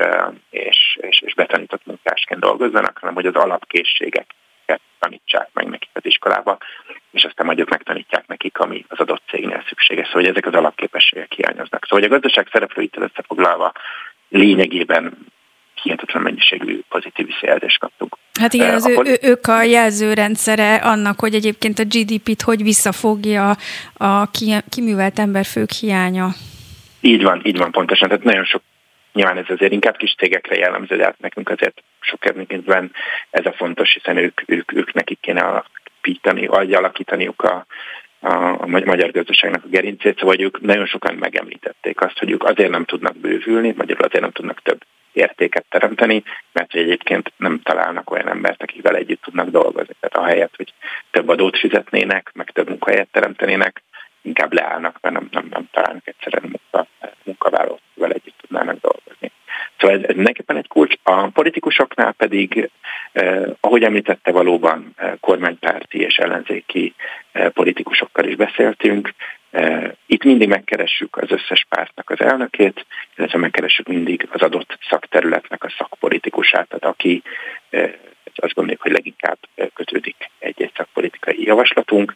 és betanított munkásként dolgozzanak, hanem hogy az alapkészségeket tanítsák meg nekik az iskolába, és aztán majd ők megtanítják nekik, ami az adott cégnél szükséges. Szóval hogy ezek az alapképességek hiányoznak. Szóval hogy a gazdaság szereplőitől összefoglalva lényegében hihetetlen mennyiségű pozitív visszajelzést kaptunk. Hát igen, ők a jelzőrendszere annak, hogy egyébként a GDP-t hogy visszafogja a kiművelt emberfők hiánya. Így van pontosan. Tehát nagyon sok, nyilván ez azért inkább kis cégekre jellemző, de hát nekünk azért sok esetben ez a fontos, hiszen ők nekik kéne alakítaniuk a magyar gazdaságnak a gerincét, szóval ők nagyon sokan megemlítették azt, hogy ők azért nem tudnak bővülni, magyarul azért nem tudnak több értéket teremteni, mert egyébként nem találnak olyan embert, akivel együtt tudnak dolgozni. Tehát ahelyett, hogy több adót fizetnének, meg több munkahelyet teremtenének, inkább leállnak, mert nem találnak egyszerűen munkavállalót, akivel együtt tudnának dolgozni. Szóval ez mindenképpen egy kulcs. A politikusoknál pedig, ahogy említette, valóban kormánypárti és ellenzéki politikusokkal is beszéltünk. Itt mindig megkeressük az összes pártnak az elnökét, illetve megkeressük mindig az adott szakterületnek a szakpolitikusát, tehát aki azt gondoljuk, hogy leginkább kötődik egy szakpolitikai javaslatunk.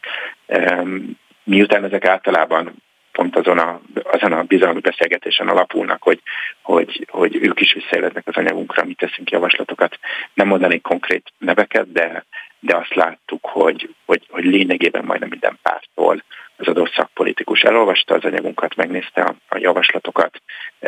Miután ezek általában pont azon a bizalmi beszélgetésen alapulnak, hogy ők is visszajeleznek az anyagunkra, mi teszünk javaslatokat. Nem mondanék konkrét neveket, de azt láttuk, hogy lényegében majdnem minden párttól az adott szakpolitikus elolvasta az anyagunkat, megnézte a javaslatokat,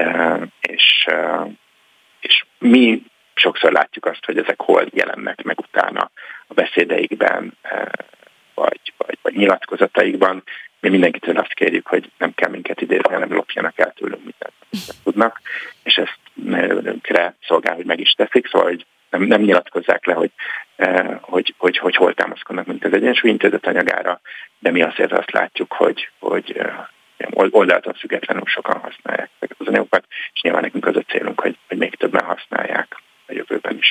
és mi sokszor látjuk azt, hogy ezek hol jelennek meg utána a beszédeikben, vagy nyilatkozataikban. Mi mindenkitől azt kérjük, hogy nem kell minket idézni, hanem lopjanak el tőlünk mindent, amit tudnak, és ezt önökre szolgál, hogy meg is teszik, szóval hogy nem nyilatkozzák le, hogy hol támaszkodnak, mint az Egyensúly Intézet anyagára, de mi azért azt látjuk, hogy oldaltól függetlenül sokan használják ezeket az anyagokat, és nyilván nekünk az a célunk, hogy még többen használják a jövőben is.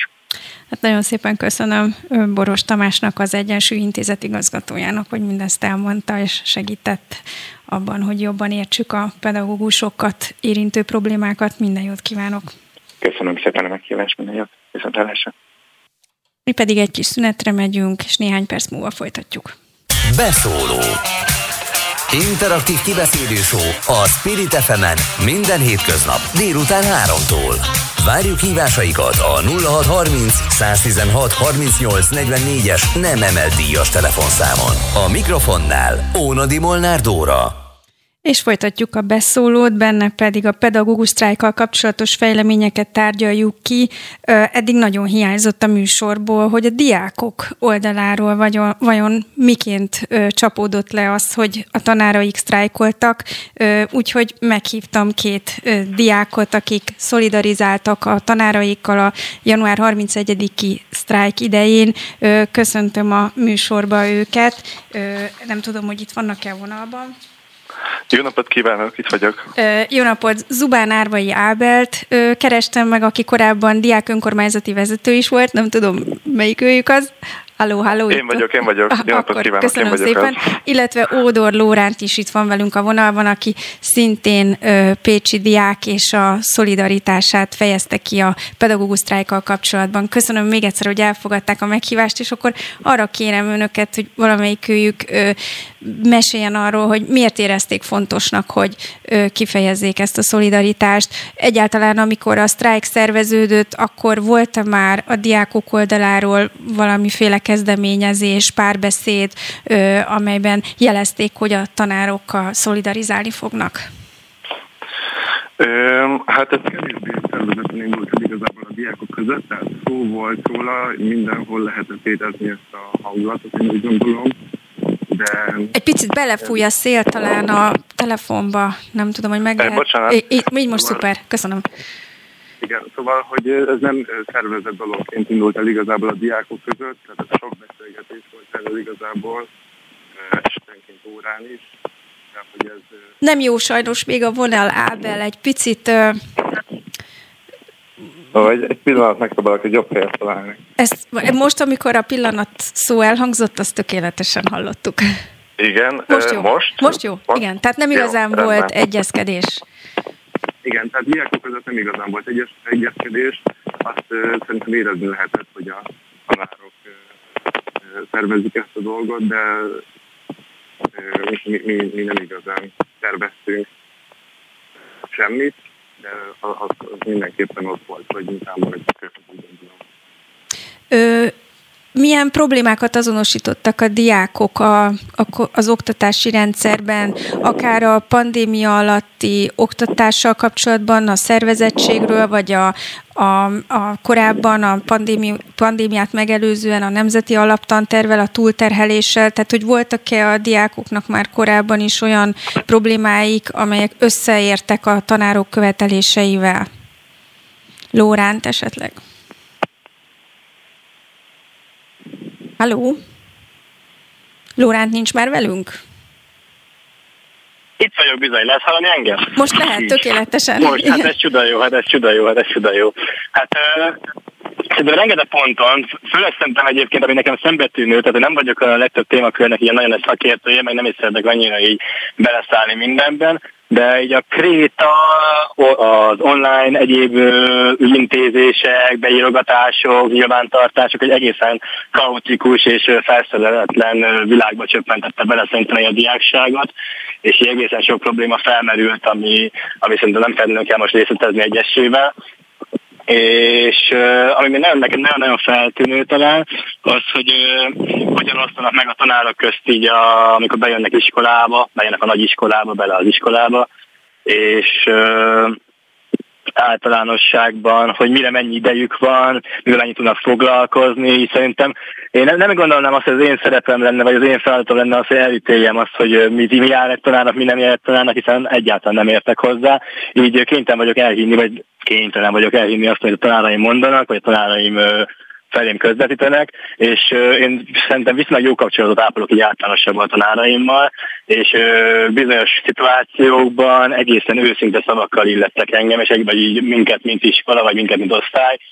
Hát nagyon szépen köszönöm Boros Tamásnak, az Egyensúly Intézet igazgatójának, hogy mindezt elmondta, és segített abban, hogy jobban értsük a pedagógusokat érintő problémákat. Minden jót kívánok! Köszönöm szépen a meghívást, minden jót! Viszontlátásra! Mi pedig egy kis szünetre megyünk, és néhány perc múlva folytatjuk. Beszóló. Interaktív kibeszélő show a Spirit FM-en minden hétköznap délután 3-tól. Várjuk hívásaikat a 0630 116 38 44-es nem emelt díjas telefonszámon. A mikrofonnál Ónodi Molnár Dóra. És folytatjuk a beszólót, benne pedig a pedagógus sztrájkkal kapcsolatos fejleményeket tárgyaljuk ki. Eddig nagyon hiányzott a műsorból, hogy a diákok oldaláról vajon miként csapódott le az, hogy a tanáraik sztrájkoltak. Úgyhogy meghívtam 2 diákot, akik szolidarizáltak a tanáraikkal a január 31-i sztrájk idején. Köszöntöm a műsorba őket. Nem tudom, hogy itt vannak-e a vonalban. Jó napot kívánok, itt vagyok. Jó napot, Zubán Árvai Ábelt kerestem meg, aki korábban diák önkormányzati vezető is volt, nem tudom, melyik őjük az. Halló. Én vagyok. Jó napot kívánok, köszönöm szépen. Illetve Ódor Lóránt is itt van velünk a vonalban, aki szintén pécsi diák, és a szolidaritását fejezte ki a pedagógus sztrájkkal kapcsolatban. Köszönöm még egyszer, hogy elfogadták a meghívást, és akkor arra kérem önöket, hogy valamelyikőjük meséljen arról, hogy miért érezték fontosnak, hogy kifejezzék ezt a szolidaritást. Egyáltalán, amikor a sztrájk szerveződött, akkor volt már a diákok oldaláról valamiféle kezdeményezés, párbeszéd, amelyben jelezték, hogy a tanárokkal szolidarizálni fognak? Hát ez kevésbé szervezetben indult igazából a diákok között, tehát szó volt róla, mindenhol lehetett érezni ezt a hangulatot, én úgy gondolom. De... Egy picit belefúj a szél talán a telefonba, nem tudom, hogy meg lehet. Bocsánat. Így most szuper, köszönöm. Igen, szóval, hogy ez nem szervezett dologként indult el igazából a diákok között, tehát ez sok beszélgetés volt erről igazából, esetenként órán is. Tehát, hogy ez... Nem jó sajnos még a vonal, Ábel, egy picit... Egy pillanat megpróbálok egy jobb helyet találni. Most, amikor a pillanat szó elhangzott, azt tökéletesen hallottuk. Igen, most jó. Most jó? Most? Igen, tehát nem igazán jó, volt egyezkedés. Igen, tehát diákok között nem igazán volt egyezkedés. Azt szerintem érezni lehetett, hogy a tanárok szervezik ezt a dolgot, de mi nem igazán terveztünk semmit, de az mindenképpen ott volt, hogy mi támogatjuk őket, úgy gondolom. Milyen problémákat azonosítottak a diákok az oktatási rendszerben, akár a pandémia alatti oktatással kapcsolatban, a szervezettségről, vagy a korábban a pandémiát megelőzően a nemzeti alaptantervvel, a túlterheléssel, tehát hogy voltak-e a diákoknak már korábban is olyan problémáik, amelyek összeértek a tanárok követeléseivel? Lóránt esetleg? Halló? Lóránt nincs már velünk? Itt vagyok bizony, lehet hallani engem? Most lehet, tökéletesen. Most, hát ez csuda jó. Hát szerintem rengeteg ponton, főleg szerintem egyébként, ami nekem szembetűnő, tehát nem vagyok a legtöbb témakörnek ilyen nagyon szakértője, meg nem is szeretek annyira így beleszállni mindenben, de így a kréta, az online egyéb ügyintézések, beírogatások, nyilvántartások egy egészen kaotikus és felszereletlen világba csöppentette bele szerintem a diákságot, és így egészen sok probléma felmerült, ami szerintem nem feltétlenül kell most részletezni egyesével. És ami még nekem nagyon feltűnő talán, az, hogy hogyan osztanak meg a tanárok közt így, amikor bejönnek iskolába, bejönnek a nagy iskolába, bele az iskolába, és általánosságban, hogy mire mennyi idejük van, mivel ennyit tudnak foglalkozni. Szerintem én nem gondolnám azt, hogy az én szerepem lenne, vagy az én feladatom lenne az, hogy elítéljem azt, hogy mi jár egy tanárnak, mi nem jár egy tanárnak, hiszen egyáltalán nem értek hozzá. Így kénytelen vagyok elhinni azt, hogy a tanáraim mondanak, vagy a tanáraim felém közvetítenek, és én szerintem viszonylag jó kapcsolatot ápolok így általánosságban a tanáraimmal, és bizonyos szituációkban egészen őszinte szavakkal illettek engem, és egyben így minket, mint iskola, vagy minket, mint osztály,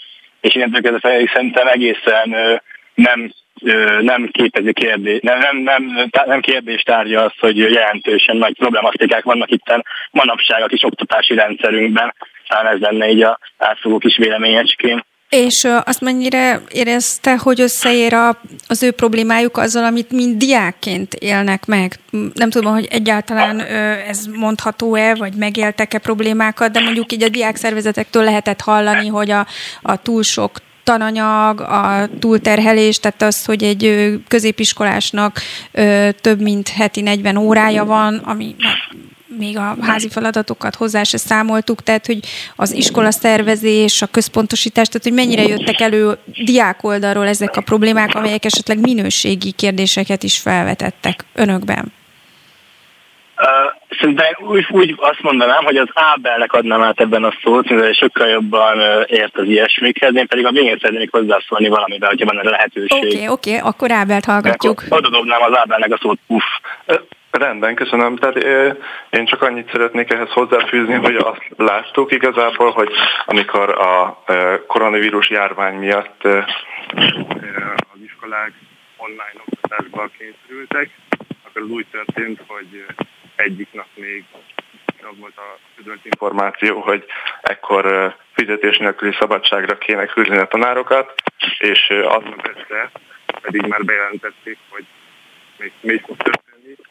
és innentől kezdve szerintem egészen nem képezi kérdés, nem kérdéstárgya az, hogy jelentősen nagy problematikák vannak itten manapság a kis oktatási rendszerünkben. Talán ez lenne így a átfogó kis véleményecském. És azt mennyire érezte, hogy összeér az ő problémájuk azzal, amit mind diákként élnek meg? Nem tudom, hogy egyáltalán ez mondható-e, vagy megéltek-e problémákat, de mondjuk így a diákszervezetektől lehetett hallani, hogy a túl sok tananyag, a túlterhelés, tehát az, hogy egy középiskolásnak több mint heti 40 órája van, ami még a házi feladatokat hozzá se számoltuk, tehát hogy az iskolaszervezés, a központosítás, tehát hogy mennyire jöttek elő diák oldalról ezek a problémák, amelyek esetleg minőségi kérdéseket is felvetettek önökben. Szerintem úgy azt mondanám, hogy az Ábelnek adnám át ebben a szót, mivel sokkal jobban ért az ilyesmikhez, én pedig a végén szeretnék hozzászólni valamivel, hogyha van erre lehetőség. Oké, akkor Ábelt hallgatjuk. Oda dobnám az Ábelnek a szót, Rendben, köszönöm. Tehát én csak annyit szeretnék ehhez hozzáfűzni, hogy azt láttuk igazából, hogy amikor a koronavírus járvány miatt az iskolák online oktatásba kényszerültek, akkor az úgy történt, hogy egyik nap még az volt a közölt információ, hogy ekkor fizetés nélküli szabadságra kéne küldeni a tanárokat, és aznap este pedig már bejelentették, hogy még fog történni.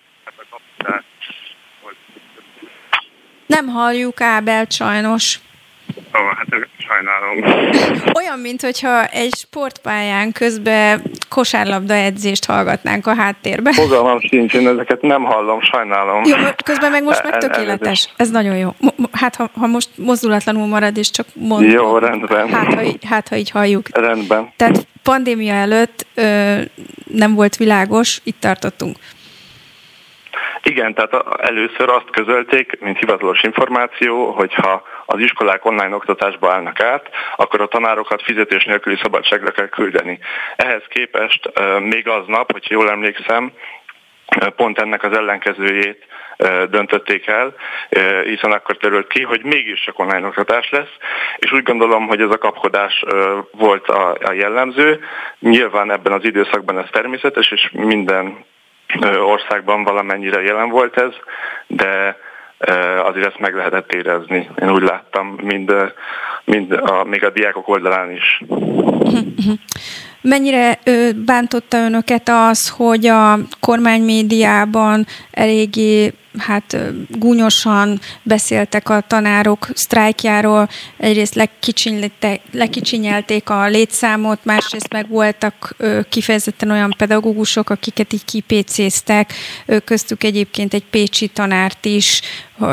Nem halljuk Ábelt sajnos. Hát sajnálom. Olyan, mintha egy sportpályán közben kosárlabda edzést hallgatnánk a háttérben. Fogalmam sincs, én ezeket nem hallom, sajnálom. Jó, közben meg most meg tökéletes. Ez nagyon jó. Hát, ha most mozdulatlanul marad, és csak mond. Jó, rendben. Ha így halljuk. Rendben. Tehát pandémia előtt nem volt világos, itt tartottunk. Igen, tehát először azt közölték, mint hivatalos információ, hogy ha az iskolák online oktatásba állnak át, akkor a tanárokat fizetés nélküli szabadságra kell küldeni. Ehhez képest még aznap, hogyha jól emlékszem, pont ennek az ellenkezőjét döntötték el, hiszen akkor terült ki, hogy mégis csak online oktatás lesz, és úgy gondolom, hogy ez a kapkodás volt a jellemző. Nyilván ebben az időszakban ez természetes, és minden országban valamennyire jelen volt ez, de azért ezt meg lehetett érezni. Én úgy láttam, még a diákok oldalán is. Mennyire bántotta önöket az, hogy a kormánymédiában eléggé gúnyosan beszéltek a tanárok sztrájkjáról, egyrészt lekicsinyelték a létszámot, másrészt meg voltak kifejezetten olyan pedagógusok, akiket így kipécéztek, köztük egyébként egy pécsi tanárt is,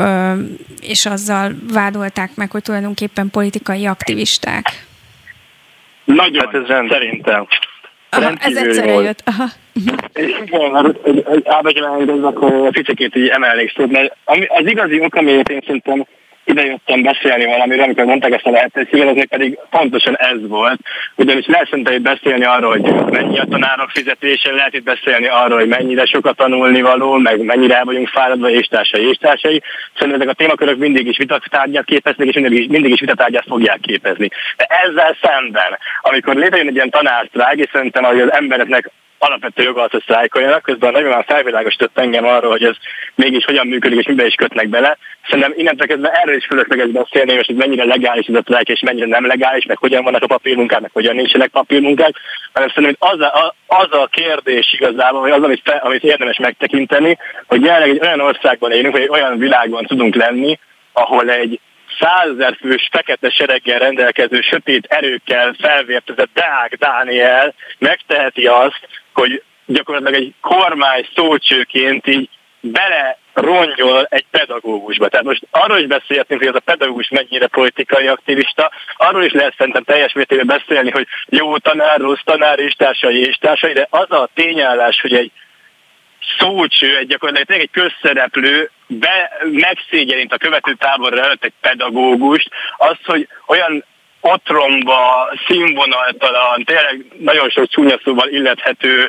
és azzal vádolták meg, hogy tulajdonképpen politikai aktivisták. Nagyon, hát ez szerintem. Ez egyszerre jött. Igen, Ábel, akkor picikét így emelnék szót, mert az igazi ok, amiért én szerintem idejöttem beszélni valamiről, amikor mondták ezt a lehetőséget, az még pedig pontosan ez volt. Ugyanis lehet szerintem itt beszélni arról, hogy mennyi a tanárok fizetése, lehet itt beszélni arról, hogy mennyire sokat tanulnivaló, meg mennyire el vagyunk fáradva, és társai. Szerintem ezek a témakörök mindig is vitatárgyát képeznek, és mindig is vitatárgyát fogják képezni. De ezzel szemben, amikor létrejön egy ilyen tanársztrájk, és szerintem az embereknek alapvető joga az, hogy sztrájkoljanak, közben nagyon már felvilágosított engem arról, hogy ez mégis hogyan működik, és miben is kötnek bele. Szerintem innentől kezdve erről is fölösleges beszélni, hogy mennyire legális ez a sztrájk, és mennyire nem legális, meg hogyan vannak a papírmunkák, meg hogyan nincsenek papírmunkák, hanem szerintem az a kérdés igazából, vagy az, amit érdemes megtekinteni, hogy jelenleg egy olyan országban élünk, vagy egy olyan világban tudunk lenni, ahol egy 100 000 fős fekete sereggel rendelkező sötét erőkkel felvértezett Deák Dániel megteheti azt, hogy gyakorlatilag egy kormány szócsőként így belerongyol egy pedagógusba. Tehát most arról is beszélhetünk, hogy az a pedagógus mennyire politikai aktivista, arról is lehet szerintem teljes mértékben beszélni, hogy jó tanár, rossz tanár, és társai, de az a tényállás, hogy egy szócső, egy gyakorlatilag egy közszereplő megszégyenít a követő táborra előtt egy pedagógust, az, hogy olyan otromba, színvonaltalan, tényleg nagyon sok csúnya szóval illethető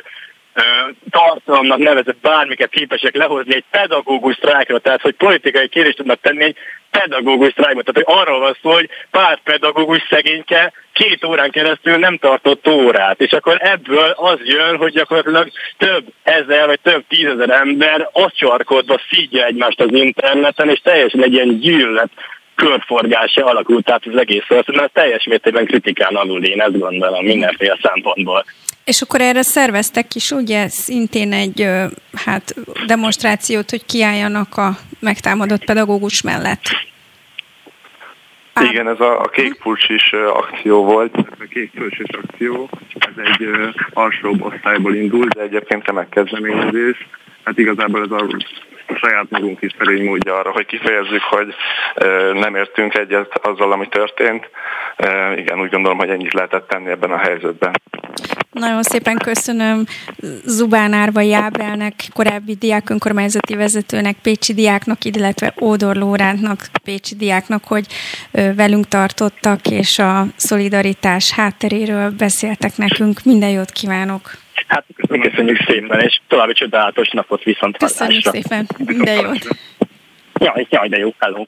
tartalomnak nevezett bármiket képesek lehozni egy pedagógus sztrájkra, tehát hogy politikai kérdést tudnak tenni egy pedagógus sztrájkra. Tehát hogy arról van szó, hogy pár pedagógus szegényke 2 órán keresztül nem tartott órát, és akkor ebből az jön, hogy gyakorlatilag több ezer vagy több 10 000 ember acsarkodva szídja egymást az interneten, és teljesen egy ilyen gyűlölet körforgása alakult át az egész ország, mert teljes mértékben kritikán alul, én ezt gondolom mindenféle szempontból. És akkor erre szerveztek is ugye szintén egy demonstrációt, hogy kiálljanak a megtámadott pedagógus mellett. Igen, ez a kék pulcsis akció volt. A kék pulcsis akció, ez egy alsóbb osztályból indult, de egyébként tömegkezdeményezés. Hát igazából ez a saját magunk is szerény módja arra, hogy kifejezzük, hogy nem értünk egyet azzal, ami történt. Igen, úgy gondolom, hogy ennyit lehetett tenni ebben a helyzetben. Nagyon szépen köszönöm Zubán Árvai Ábelnek, korábbi diákönkormányzati vezetőnek, pécsi diáknak, illetve Ódor Lórántnak, pécsi diáknak, hogy velünk tartottak, és a szolidaritás hátteréről beszéltek nekünk. Minden jót kívánok! Hát köszönjük szépen, és további csodálatos napot viszont hallásra. Köszönjük szépen, minden jót! Jaj, de jó, hello!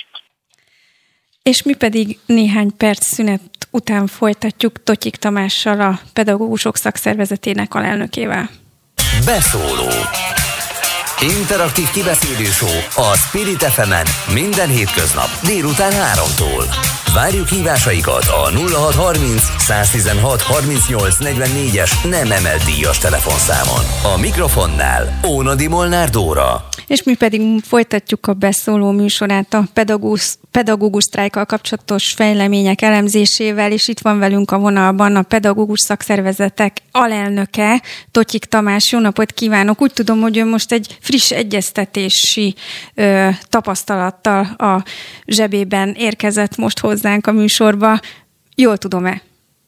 És mi pedig néhány perc szünet után folytatjuk Totyik Tamással, a Pedagógusok Szakszervezetének alelnökével. Beszóló. Interaktív kibeszélő show a Spirit FM-en minden hétköznap délután 3-tól. Várjuk hívásaikat a 0630 116 38 44-es nem emelt díjas telefonszámon. A mikrofonnál Ónodi Molnár Dóra. És mi pedig folytatjuk a beszóló műsorát a pedagógus sztrájkkal kapcsolatos fejlemények elemzésével, és itt van velünk a vonalban a Pedagógus Szakszervezetek alelnöke, Totyik Tamás. Jó napot kívánok! Úgy tudom, hogy ő most egy friss egyeztetési tapasztalattal a zsebében érkezett most hozzánk a műsorba. Jól tudom-e?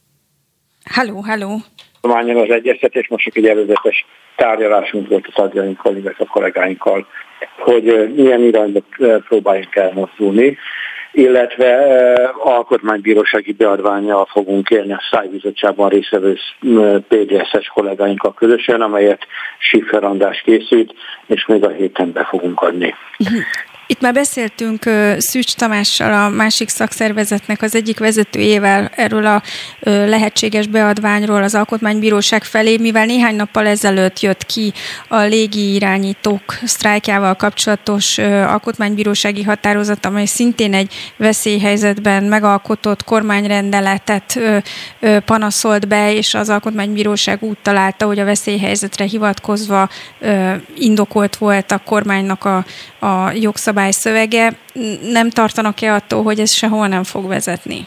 Halló! Tudományon az egyeztetés, most csak egy előzetes tárgyalásunk volt a tagjainkkal, illetve a kollégáinkkal, hogy milyen irányba próbáljunk elmozdulni, illetve alkotmánybírósági beadvánnyal fogunk élni a Szájbizottságban résztvevő PDSZ-es kollégáinkkal közösen, amelyet Schiffer András készült, és még a héten be fogunk adni. Itt már beszéltünk Szűcs Tamással, a másik szakszervezetnek az egyik vezetőjével erről a lehetséges beadványról az Alkotmánybíróság felé, mivel néhány nappal ezelőtt jött ki a légi irányítók sztrájkjával kapcsolatos alkotmánybírósági határozat, amely szintén egy veszélyhelyzetben megalkotott kormányrendeletet panaszolt be, és az Alkotmánybíróság úgy találta, hogy a veszélyhelyzetre hivatkozva indokolt volt a kormánynak a jogszabály szövege. Nem tartanak-e attól, hogy ez sehol nem fog vezetni?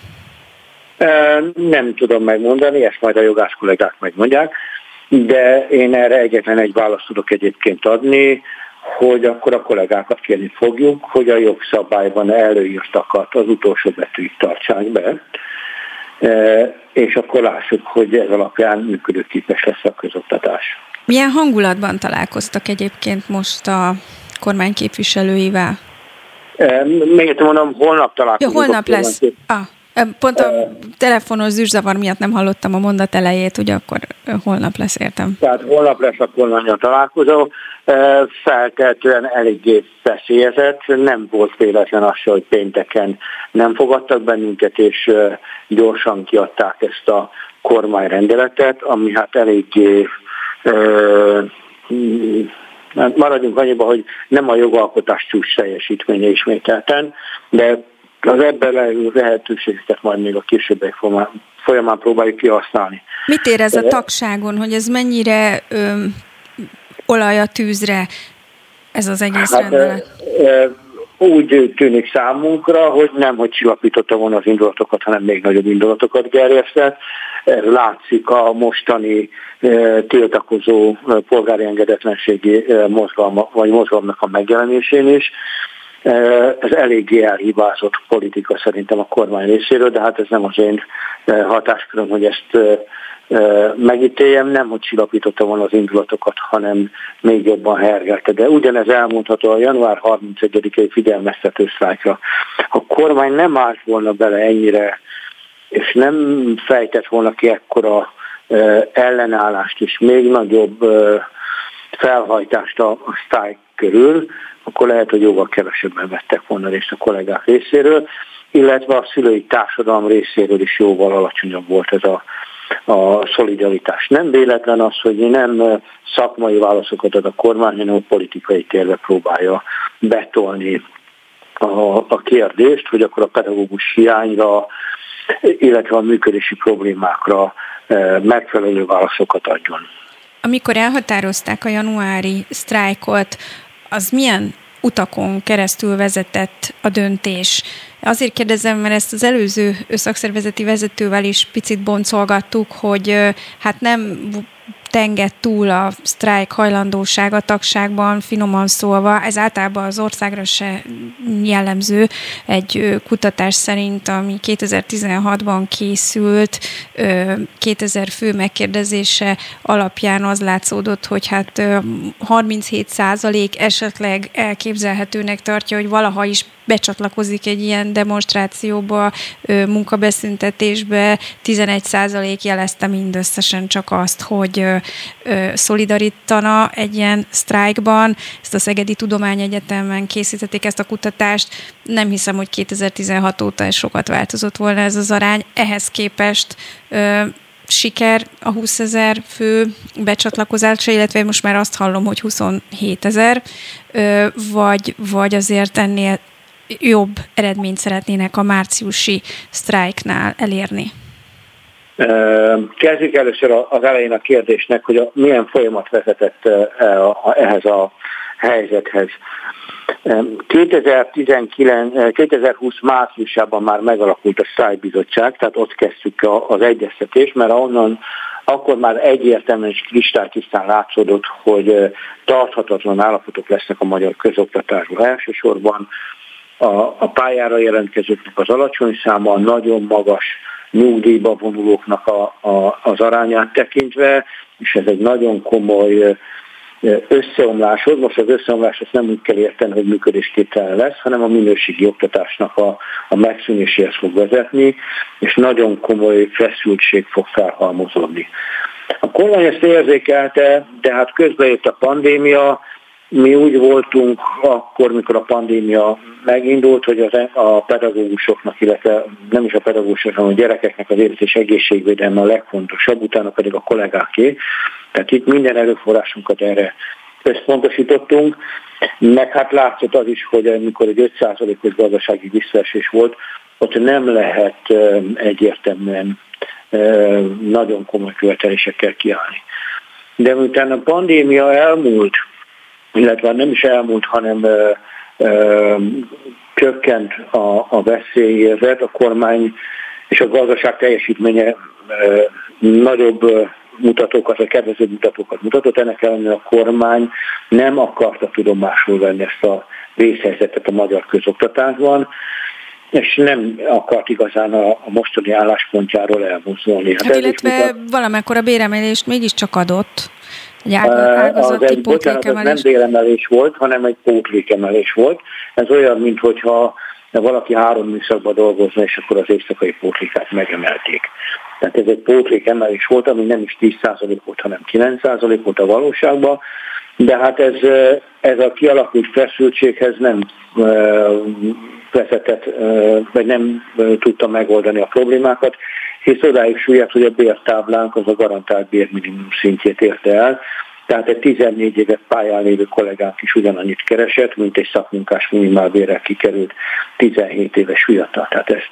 Nem tudom megmondani, ezt majd a jogász kollégák megmondják, de én erre egyetlen egy választ tudok egyébként adni, hogy akkor a kollégákat kérni fogjuk, hogy a jogszabályban előírtakat az utolsó betűig tartsák be, és akkor lássuk, hogy ez alapján működőképes lesz a közoktatás. Milyen hangulatban találkoztak egyébként most a kormány képviselőivel? Még egyszer mondom, holnap találkozunk. Ja, holnap lesz. Pont a telefonos zűrzavar miatt nem hallottam a mondat elejét, ugye akkor holnap lesz, értem. Tehát holnap lesz a kormánnyal találkozó. Feltehetően eléggé veszélyezett. Nem volt véletlen az, hogy pénteken nem fogadtak bennünket, és gyorsan kiadták ezt a kormányrendeletet, ami hát eléggé... maradjunk annyiba, hogy nem a jogalkotás csúcs teljesítménye ismételten, de az ebben lehetőségeket majd még a későbbi folyamán próbáljuk kihasználni. Mit érez a tagságon, hogy ez mennyire olaj a tűzre ez az egész rendelet? Úgy tűnik számunkra, hogy nem, hogy csillapította volna az indulatokat, hanem még nagyobb indulatokat gerjesztett. Ez látszik a mostani tiltakozó polgári engedetlenségi mozgalomnak a megjelenésén is. Ez eléggé elhibázott politika szerintem a kormány részéről, de hát ez nem az én hatásköröm, hogy ezt megítéljem, nem, hogy csillapította volna az indulatokat, hanem még jobban hergelte. De ugyanez elmondható a január 31-i figyelmeztető sztrájkra. A kormány nem állt volna bele ennyire, és nem fejtett volna ki ekkora ellenállást és még nagyobb felhajtást a sztrájk körül, akkor lehet, hogy jóval kevesebben vettek volna részt a kollégák részéről, illetve a szülői társadalom részéről is jóval alacsonyabb volt ez a szolidaritás. Nem véletlen az, hogy nem szakmai válaszokat ad a kormány, hanem a politikai térbe próbálja betolni a kérdést, hogy akkor a pedagógus hiányra, illetve a működési problémákra megfelelő válaszokat adjon. Amikor elhatározták a januári sztrájkot, az milyen utakon keresztül vezetett a döntés? Azért kérdezem, mert ezt az előző szakszervezeti vezetővel is picit boncolgattuk, hogy hát nem tengett túl a sztrájk hajlandóság a tagságban, finoman szólva. Ez általában az országra se jellemző. Egy kutatás szerint, ami 2016-ban készült, 2000 fő megkérdezése alapján az látszódott, hogy hát 37% esetleg elképzelhetőnek tartja, hogy valaha is becsatlakozik egy ilyen demonstrációba, munkabeszüntetésbe, 11% jelezte mindösszesen csak azt, hogy szolidarítana egy ilyen sztrájkban. Ezt a Szegedi Tudományegyetemen készítették ezt a kutatást. Nem hiszem, hogy 2016 óta sokat változott volna ez az arány. Ehhez képest siker a 20 000 fő becsatlakozása, illetve most már azt hallom, hogy 27 000, vagy azért ennél jobb eredményt szeretnének a márciusi sztrájknál elérni? Kezdjük először az elején a kérdésnek, hogy milyen folyamat vezetett ehhez a helyzethez. 2020 márciusában már megalakult a sztrájkbizottság, tehát ott kezdtük az egyeztetést, mert akkor már egyértelműen és kristálytisztán látszódott, hogy tarthatatlan állapotok lesznek a magyar közoktatásban. Elsősorban a pályára jelentkezőknek az alacsony száma, a nagyon magas nyugdíjba vonulóknak az arányát tekintve, és ez egy nagyon komoly összeomláshoz. Most az összeomláshoz nem úgy kell érteni, hogy működésképtelen lesz, hanem a minőségi oktatásnak a megszűnéséhez fog vezetni, és nagyon komoly feszültség fog felhalmozódni. A kormány ezt érzékelte, de hát közben jött a pandémia. Mi úgy voltunk akkor, mikor a pandémia megindult, hogy a pedagógusoknak, illetve nem is a pedagógusoknak, hanem a gyerekeknek az élet és egészségvédelme a legfontosabb, utána pedig a kollégáké. Tehát itt minden erőforrásunkat erre összpontosítottunk, meg hát látszott az is, hogy amikor egy 5%-os gazdasági visszaesés volt, ott nem lehet egyértelműen nagyon komoly követelésekkel kiállni. De miután a pandémia elmúlt, illetve nem is elmúlt, hanem csökkent a veszélyérzet, a kormány és a gazdaság teljesítménye nagyobb mutatókat, vagy kedvező mutatókat mutatott. Ennek ellenére a kormány nem akarta tudomásul venni ezt a vészhelyzetet a magyar közoktatásban, és nem akart igazán a mostani álláspontjáról elmozdulni. Hát illetve valamekkor a béremelést mégiscsak adott. Az nem béremelés volt, hanem egy pótlékemelés volt. Ez olyan, mintha valaki 3 műszakban dolgozna, és akkor az éjszakai pótlékát megemelték. Tehát ez egy pótlékemelés volt, ami nem is 10% volt, hanem 9% volt a valóságban, de hát ez a kialakult feszültséghez nem vezetett, vagy nem tudta megoldani a problémákat, hisz odáig süllyedt, hogy a bértáblánk az a garantált bérminimum szintjét érte el, tehát egy 14 évet pályán lévő kollégánk is ugyanannyit keresett, mint egy szakmunkás minimálbérrel kikerült 17 éves fiatal. Tehát ezt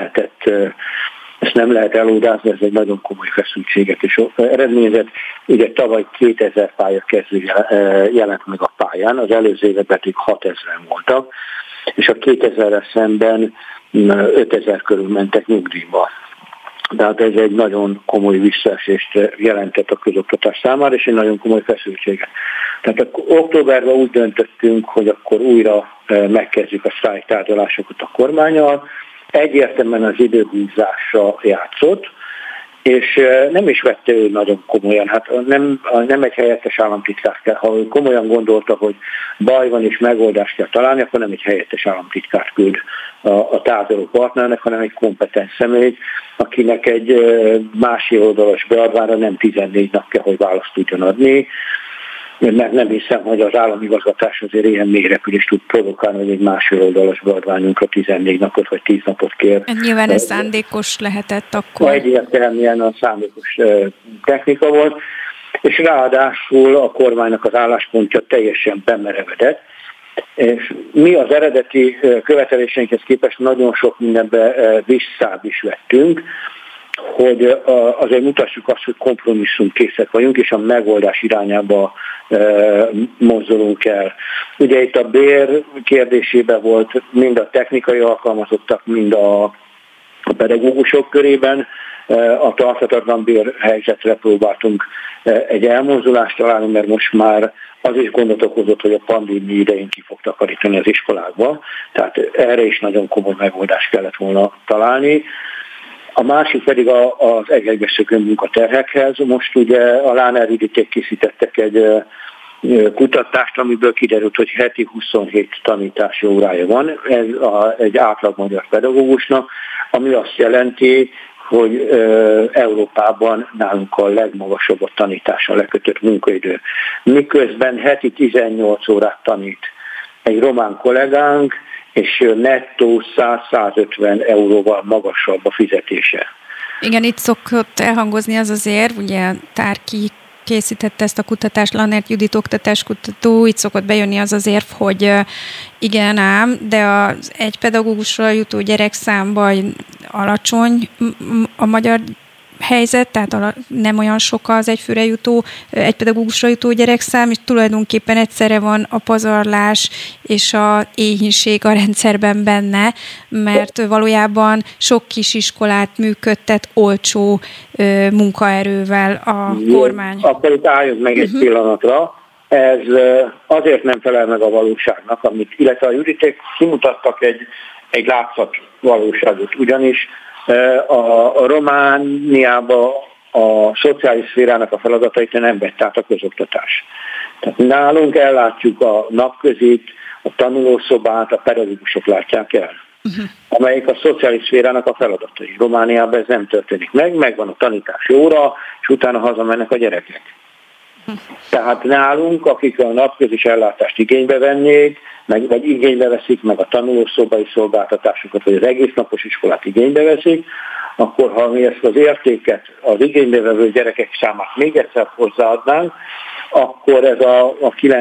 nem lehet elódázni, ez egy nagyon komoly feszültséget is eredményezett. Ugye tavaly 2000 pályakezdő jelent meg a pályán, az előző évben pedig 6000-en voltak, és a 2000-re szemben 5000 körül mentek nyugdíjba. Tehát ez egy nagyon komoly visszaesést jelentett a közoktatás számára, és egy nagyon komoly feszültséget. Tehát októberben úgy döntöttünk, hogy akkor újra megkezdjük a sztrájktárgyalásokat a kormánnyal. Egyértelműen az időhúzásra játszott, és nem is vette ő nagyon komolyan. Hát nem egy helyettes államtitkár kell. Ha ő komolyan gondolta, hogy baj van és megoldást kell találni, akkor nem egy helyettes államtitkár küld a tárgyaló partnernek, hanem egy kompetens személy, akinek egy másik oldalas beadványra nem 14 nap kell, hogy választ tudjon adni, mert nem hiszem, hogy az államigazgatás azért ilyen mélyrepülést tud provokálni, hogy egy másfél oldalas beadványunkra 14 napot vagy 10 napot kér. Nyilván ez szándékos lehetett akkor. Egyértelműen a szándékos technika volt, és ráadásul a kormánynak az álláspontja teljesen bemerevedett, és mi az eredeti követeléseinkhez képest nagyon sok mindenbe visszább is vettünk, hogy azért mutassuk azt, hogy kompromisszumkészek vagyunk, és a megoldás irányába mozdulunk el. Ugye itt a bér kérdésében volt mind a technikai alkalmazottak, mind a pedagógusok körében a tarthatatlan bérhelyzetre próbáltunk egy elmozdulást találni, mert most már az is gondot okozott, hogy a pandémia idején ki fog takarítani az iskolákba, tehát erre is nagyon komoly megoldást kellett volna találni. A másik pedig az egyegeszökő munkaterhekhez. Most ugye a Láner Juditék készítettek egy kutatást, amiből kiderült, hogy heti 27 tanítási órája van, ez egy átlag magyar pedagógusnak, ami azt jelenti, hogy Európában nálunk a legmagasabb a tanításra lekötött munkaidő. Miközben heti 18 órát tanít egy román kollégánk, és nettó 100-150 euróval magasabb a fizetése. Igen, itt szokott elhangozni az az érv, ugye Tárki készítette ezt a kutatást, Lannert Judit oktatáskutató, itt szokott bejönni az az érv, hogy igen ám, de az egy pedagógusra jutó gyerekszámban alacsony a magyar helyzet, tehát nem olyan sok az egyfőre jutó, egy pedagógusra jutó gyerekszám, és tulajdonképpen egyszerre van a pazarlás és a éhínség a rendszerben benne, mert valójában sok kisiskolát működtet olcsó munkaerővel a kormány. Akkor itt álljunk meg egy pillanatra. Ez azért nem felel meg a valóságnak, illetve a Juditék kimutattak egy látszat valóságot, ugyanis a Romániában a szociális szférának a feladatait nem vett át a közoktatás. Tehát nálunk ellátjuk a napközit, a tanulószobát, a pedagógusok látják el, amelyik a szociális szférának a feladatai. Romániában ez nem történik meg, megvan a tanítási óra, és utána hazamennek a gyerekek. Tehát nálunk, akik a napközis ellátást igénybe vennék, vagy igénybe veszik, meg a tanulószobai szolgáltatásokat, vagy az egésznapos iskolát igénybe veszik, akkor ha mi ezt az értéket az igénybevevő gyerekek számát még egyszer hozzáadnánk, akkor ez a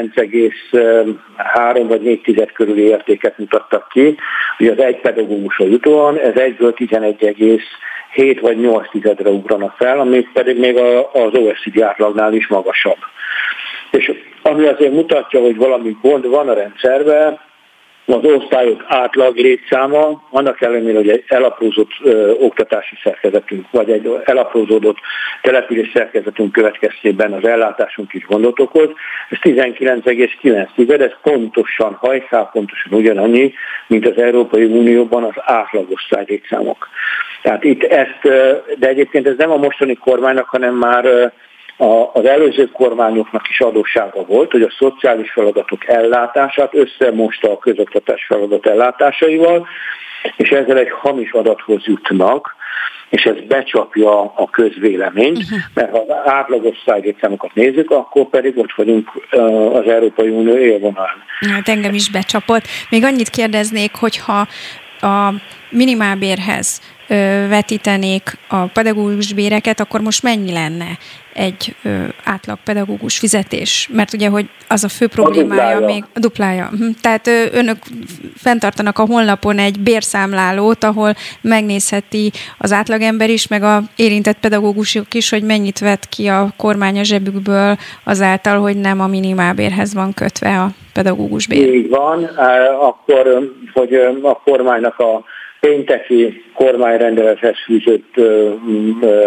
9,3 vagy 4 körüli értéket mutattak ki, hogy az egy pedagógusra jutóan, ez egyből 11,7 vagy 8-re ugranak fel, ami pedig még az OECD átlagnál is magasabb. És ami azért mutatja, hogy valami gond van a rendszerben, az osztályok átlag létszáma, annak ellenére, hogy egy elaprózott oktatási szerkezetünk, vagy egy elaprózódott település szerkezetünk következtében az ellátásunk is gondot okoz, ez 19,9, ez pontosan hajszál, pontosan ugyanannyi, mint az Európai Unióban az átlagosztály létszámok. Tehát itt de egyébként ez nem a mostani kormánynak, hanem már az előző kormányoknak is adóssága volt, hogy a szociális feladatok ellátását összemosta a közoktatás feladat ellátásaival, és ezzel egy hamis adathoz jutnak, és ez becsapja a közvéleményt, mert ha az átlagos szájlétszámokat nézzük, akkor pedig ott vagyunk az Európai Unió élvonalán. Hát engem is becsapott. Még annyit kérdeznék, hogyha a minimálbérhez vetítenék a pedagógus béreket, akkor most mennyi lenne egy átlag pedagógus fizetés? Mert ugye, hogy az a fő problémája még a duplája. Tehát önök fenntartanak a honlapon egy bérszámlálót, ahol megnézheti az átlagember is, meg a érintett pedagógusok is, hogy mennyit vett ki a kormány a zsebükből azáltal, hogy nem a minimálbérhez van kötve a pedagógus bér. Így van, akkor, hogy a kormánynak a pénteki kormányrendelethez fűzött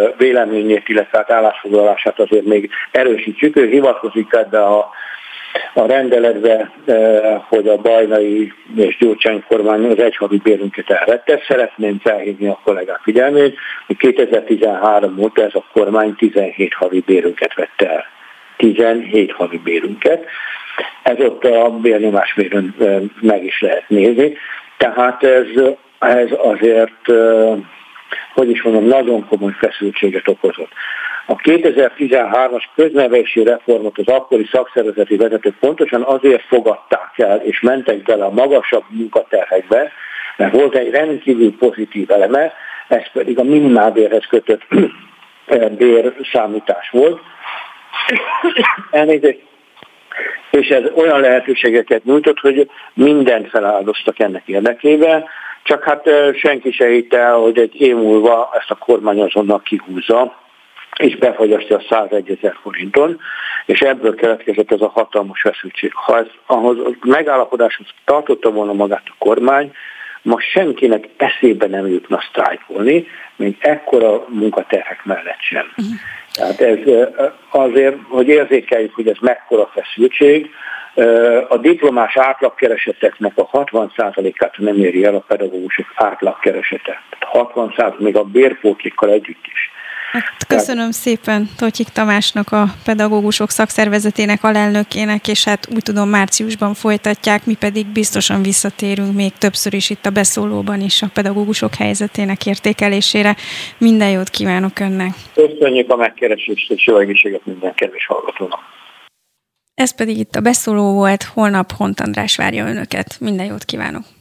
véleményét, illetve állásfoglalását azért még erősítsük. Ő hivatkozik ebbe a a rendeletbe, hogy a bajnai és Gyurcsány kormány az egy havi bérünket elvette. Szeretném felhívni a kollégák figyelmét, hogy 2013 óta ez a kormány 17 havi bérünket vette el. 17 havi bérünket. Ez ott a bérnyomásmérőn meg is lehet nézni. Tehát ez azért, hogy is mondom, nagyon komoly feszültséget okozott. A 2013-as köznevelési reformot az akkori szakszervezeti vezetők pontosan azért fogadták el, és mentek bele a magasabb munkaterhekbe, mert volt egy rendkívül pozitív eleme, ez pedig a minimálbérhez kötött bérszámítás volt. Elnézést. És ez olyan lehetőségeket nyújtott, hogy mindent feláldoztak ennek érdekében, csak hát senki se hitte el, hogy egy év múlva ezt a kormány azonnal kihúzza, és befagyasztja a 101 000 forinton, és ebből keletkezett ez a hatalmas feszültség. Ha ahhoz a megállapodáshoz tartotta volna magát a kormány, ma senkinek eszébe nem jutna sztrájkolni, még ekkora munkaterhek mellett sem. Tehát ez azért, hogy érzékeljük, hogy ez mekkora feszültség, a diplomás átlagkereseteknek a 60%-át nem éri el a pedagógusok átlagkeresete. Tehát 60% még a bérpótlékkal együtt is. Hát köszönöm szépen Totyik Tamásnak, a pedagógusok szakszervezetének alelnökének, és hát úgy tudom, márciusban folytatják, mi pedig biztosan visszatérünk még többször is itt a beszólóban is a pedagógusok helyzetének értékelésére. Minden jót kívánok önnek! Köszönjük a megkeresést, és jó egészséget minden kedves hallgatónak! Ez pedig itt a beszóló volt, holnap Hont András várja önöket. Minden jót kívánok!